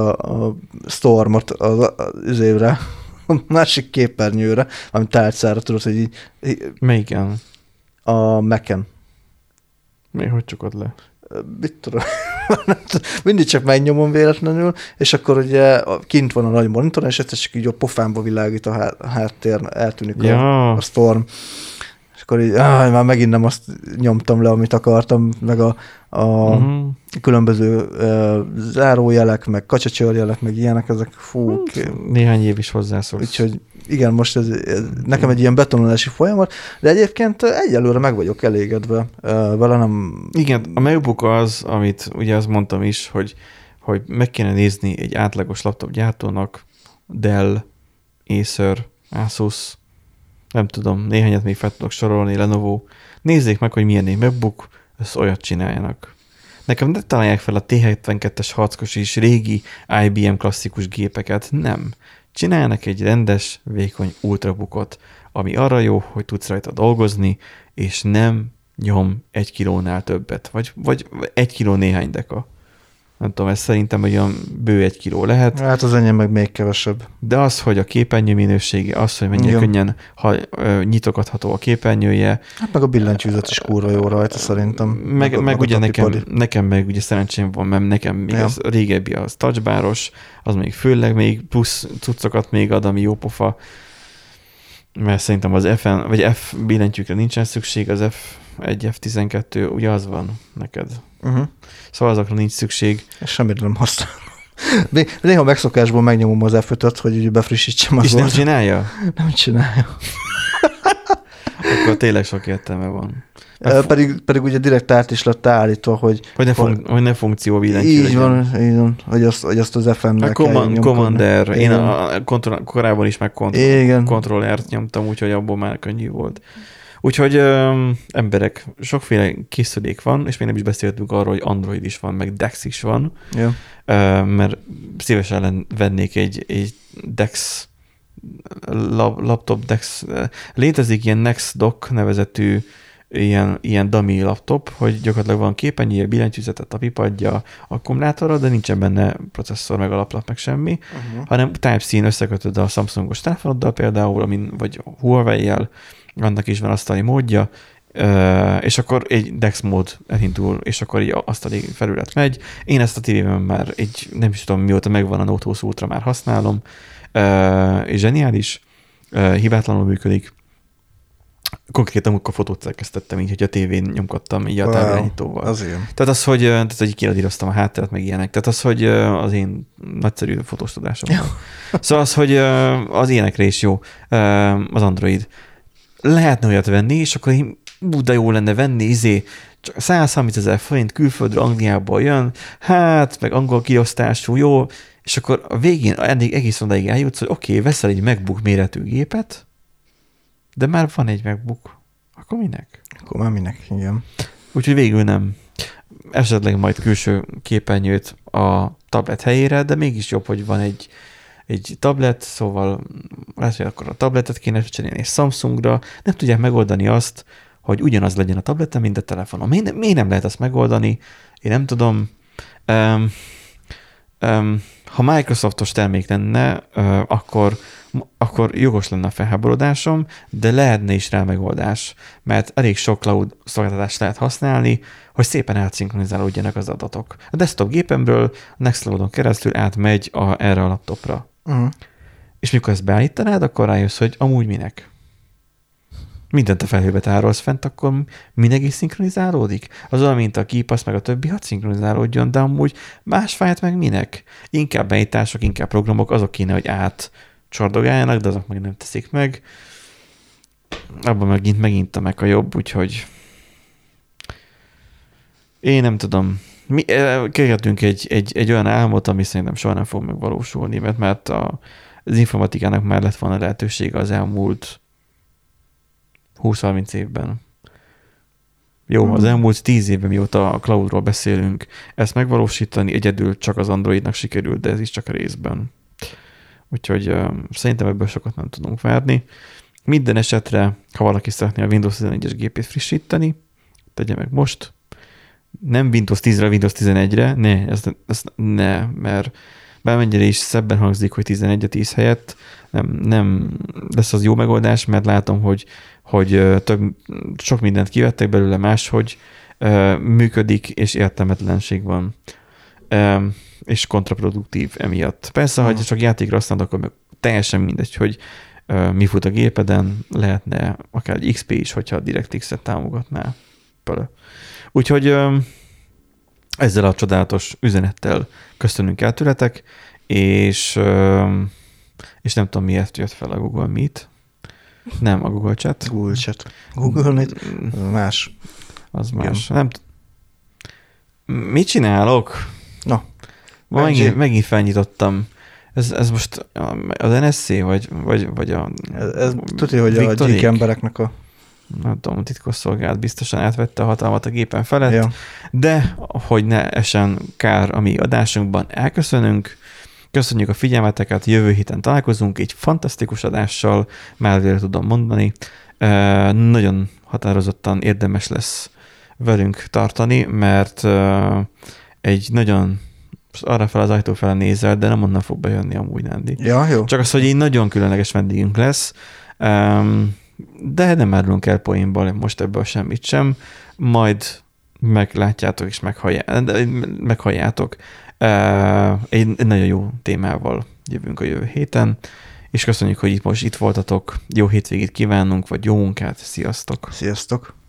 Stormot az évre. Másik képernyőre, ami tárcára tudod, hogy így... Melyiken? A Mac-en. Még hogy csukod le? Mit tudom. Mindig csak megnyomom véletlenül, és akkor ugye kint van a nagy monitoron, és egyszer csak így a pofámba világít a háttér, eltűnik a Storm. És akkor így, már megint nem azt nyomtam le, amit akartam, meg a különböző zárójelek, meg kacsacsőrjelek, meg ilyenek, ezek fú. Néhány év is hozzászólsz. Úgyhogy igen, most ez nekem egy ilyen betonolási folyamat, de egyébként egyelőre meg vagyok elégedve vele, nem... Igen, a MacBook az, amit ugye azt mondtam is, hogy meg kéne nézni egy átlagos laptopgyártónak, Dell, Acer, Asus, nem tudom, néhányat még fel tudok sorolni, Lenovo. Nézzék meg, hogy milyen egy MacBook, ezt olyat csináljanak. Nekem ne találják fel a T72-es harckos és régi IBM klasszikus gépeket, nem. Csináljanak egy rendes, vékony ultrabookot, ami arra jó, hogy tudsz rajta dolgozni, és nem nyom 1 kilónál többet, vagy 1 kiló néhány deka. Nem tudom, ez szerintem olyan bő 1 kiló lehet. Hát az enyém meg még kevesebb. De az, hogy a képernyő minősége, az, hogy mennyire könnyen nyitogatható a képernyője. Hát meg a billentyűzet is kurva jó rajta szerintem. Meg ugye nekem meg ugye szerencsém van, mert nekem még az régebbi az touchbaros, az még főleg még plusz cuccokat még ad, ami jó pofa. Mert szerintem az F billentyűkre nincsen szükség, az F1, F12, ugye az van neked. Szóval azokra nincs szükség. Semmire nem használom. Néha megszokásból megnyomom az F5-öt, hogy úgy befrissítsem az és nem csinálja? Nem csinálja. Akkor tényleg sok értelme van. Pedig ugye direkt át is lett állítva, hogy ne funkció billentyű így van, hogy azt az FM-nel kell nyomkodni. Commander. Én korábban is meg kontrollert nyomtam, úgyhogy abból már könnyű volt. Úgyhogy emberek, sokféle készülék van, és még nem is beszéltünk arról, hogy Android is van, meg DeX is van, ja. Mert szívesen vennék egy DeX laptop, DeX. Létezik ilyen NextDock nevezetű ilyen dummy laptop, hogy gyakorlatilag van képernyője, billentyűzete, tapipadja, akkumulátora, de nincsen benne processzor, meg alaplap, meg semmi, hanem Type-C-n összekötöd a Samsungos telefonoddal például, vagy Huawei-jel, annak is van asztali módja, és akkor egy DeX mód elindul, és akkor így asztali felület megy. Én ezt a tévében már nem is tudom mióta megvan a Note 20 Ultra, már használom, és zseniális, hibátlanul működik. Konkrétan amikor fotót szerkesztettem, így, hogy a tévén nyomkodtam így a távirányítóval. Az ilyen. Tehát az, hogy kiradíroztam a hátteret, meg ilyenek. Tehát az, hogy az én nagyszerű fotós tudásom van. Szóval az, hogy az ilyenekre is jó az Android. Lehetne olyat venni, és akkor de jó lenne venni, csak 130 000 forint külföldre, Angliából jön, meg angol kiosztású, jó, és akkor a végén egész odáig eljutsz, hogy oké, veszel egy MacBook méretű gépet, de már van egy MacBook. Akkor minek? Akkor már minek, igen. Úgyhogy végül nem. Esetleg majd külső képernyőt a tablet helyére, de mégis jobb, hogy van egy tablet, szóval lehet, hogy akkor a tabletet kéne cserélni és Samsungra. Nem tudják megoldani azt, hogy ugyanaz legyen a tableten, mint a telefonon. Miért nem lehet azt megoldani? Én nem tudom. Ha Microsoftos termék lenne, akkor jogos lenne a felháborodásom, de lehetne is rá megoldás, mert elég sok cloud szolgáltatást lehet használni, hogy szépen átszinkronizálódjanak az adatok. A desktop gépemről a Nextcloudon keresztül átmegy erre a laptopra. És mikor ezt beállítanád, akkor rájössz, hogy amúgy minek. Mindent a felhőbe tárolsz fent, akkor mindenki szinkronizálódik? Az olyan, mint a KeePass, meg a többi, hát szinkronizálódjon, de amúgy más fájlt meg minek? Inkább beállítások, inkább programok, azok kéne, hogy átcsordogáljanak, de azok meg nem teszik meg. Abban megint a Mac a jobb, úgyhogy én nem tudom. Mi kérgetünk egy olyan álmot, ami szerintem soha nem fog megvalósulni, mert az informatikának már lett volna lehetősége az elmúlt 20-30 évben. Jó, az elmúlt 10 évben, mióta a cloudról beszélünk, ezt megvalósítani egyedül csak az Androidnak sikerült, de ez is csak a részben. Úgyhogy szerintem ebből sokat nem tudunk várni. Minden esetre, ha valaki szeretné a Windows 11-es gépét frissíteni, tegye meg most. Nem Windows 10-re, Windows 11-re, ne, mert bármennyire is szebben hangzik, hogy 11 a 10 helyett, nem lesz az jó megoldás, mert látom, hogy sok mindent kivettek belőle, máshogy működik, és értelmetlenség van, és kontraproduktív emiatt. Persze, ha csak játékra használod, akkor meg teljesen mindegy, hogy mi fut a gépeden, lehetne akár egy XP is, hogyha a DirectX-et támogatná. Úgyhogy ezzel a csodálatos üzenettel köszönünk el tőletek, és nem tudom, miért jött fel a Google Meet. Nem, a Google Chat. Google Chat. Google Meet? Más. Az más. Nem mit csinálok? Na. Megint felnyitottam. Ez most az NSC, vagy a Ez tudja, hogy a gyík embereknek a... Nem tudom, titkosszolgálat biztosan átvette a hatalmat a gépen felett, de hogy ne esen kár a mi adásunkban, elköszönünk. Köszönjük a figyelmeteket, jövő héten találkozunk egy fantasztikus adással, már végre tudom mondani. Nagyon határozottan érdemes lesz velünk tartani, mert egy nagyon arra fel az ajtó fel nézel, de nem onnan fog bejönni amúgy Nándi. Ja, jó. Csak az, hogy egy nagyon különleges vendégünk lesz, de nem árulunk el poénból most ebből semmit sem, majd meglátjátok és meghalljátok. Egy nagyon jó témával jövünk a jövő héten, és köszönjük, hogy most itt voltatok. Jó hétvégét kívánunk, vagy jó munkát. Sziasztok! Sziasztok!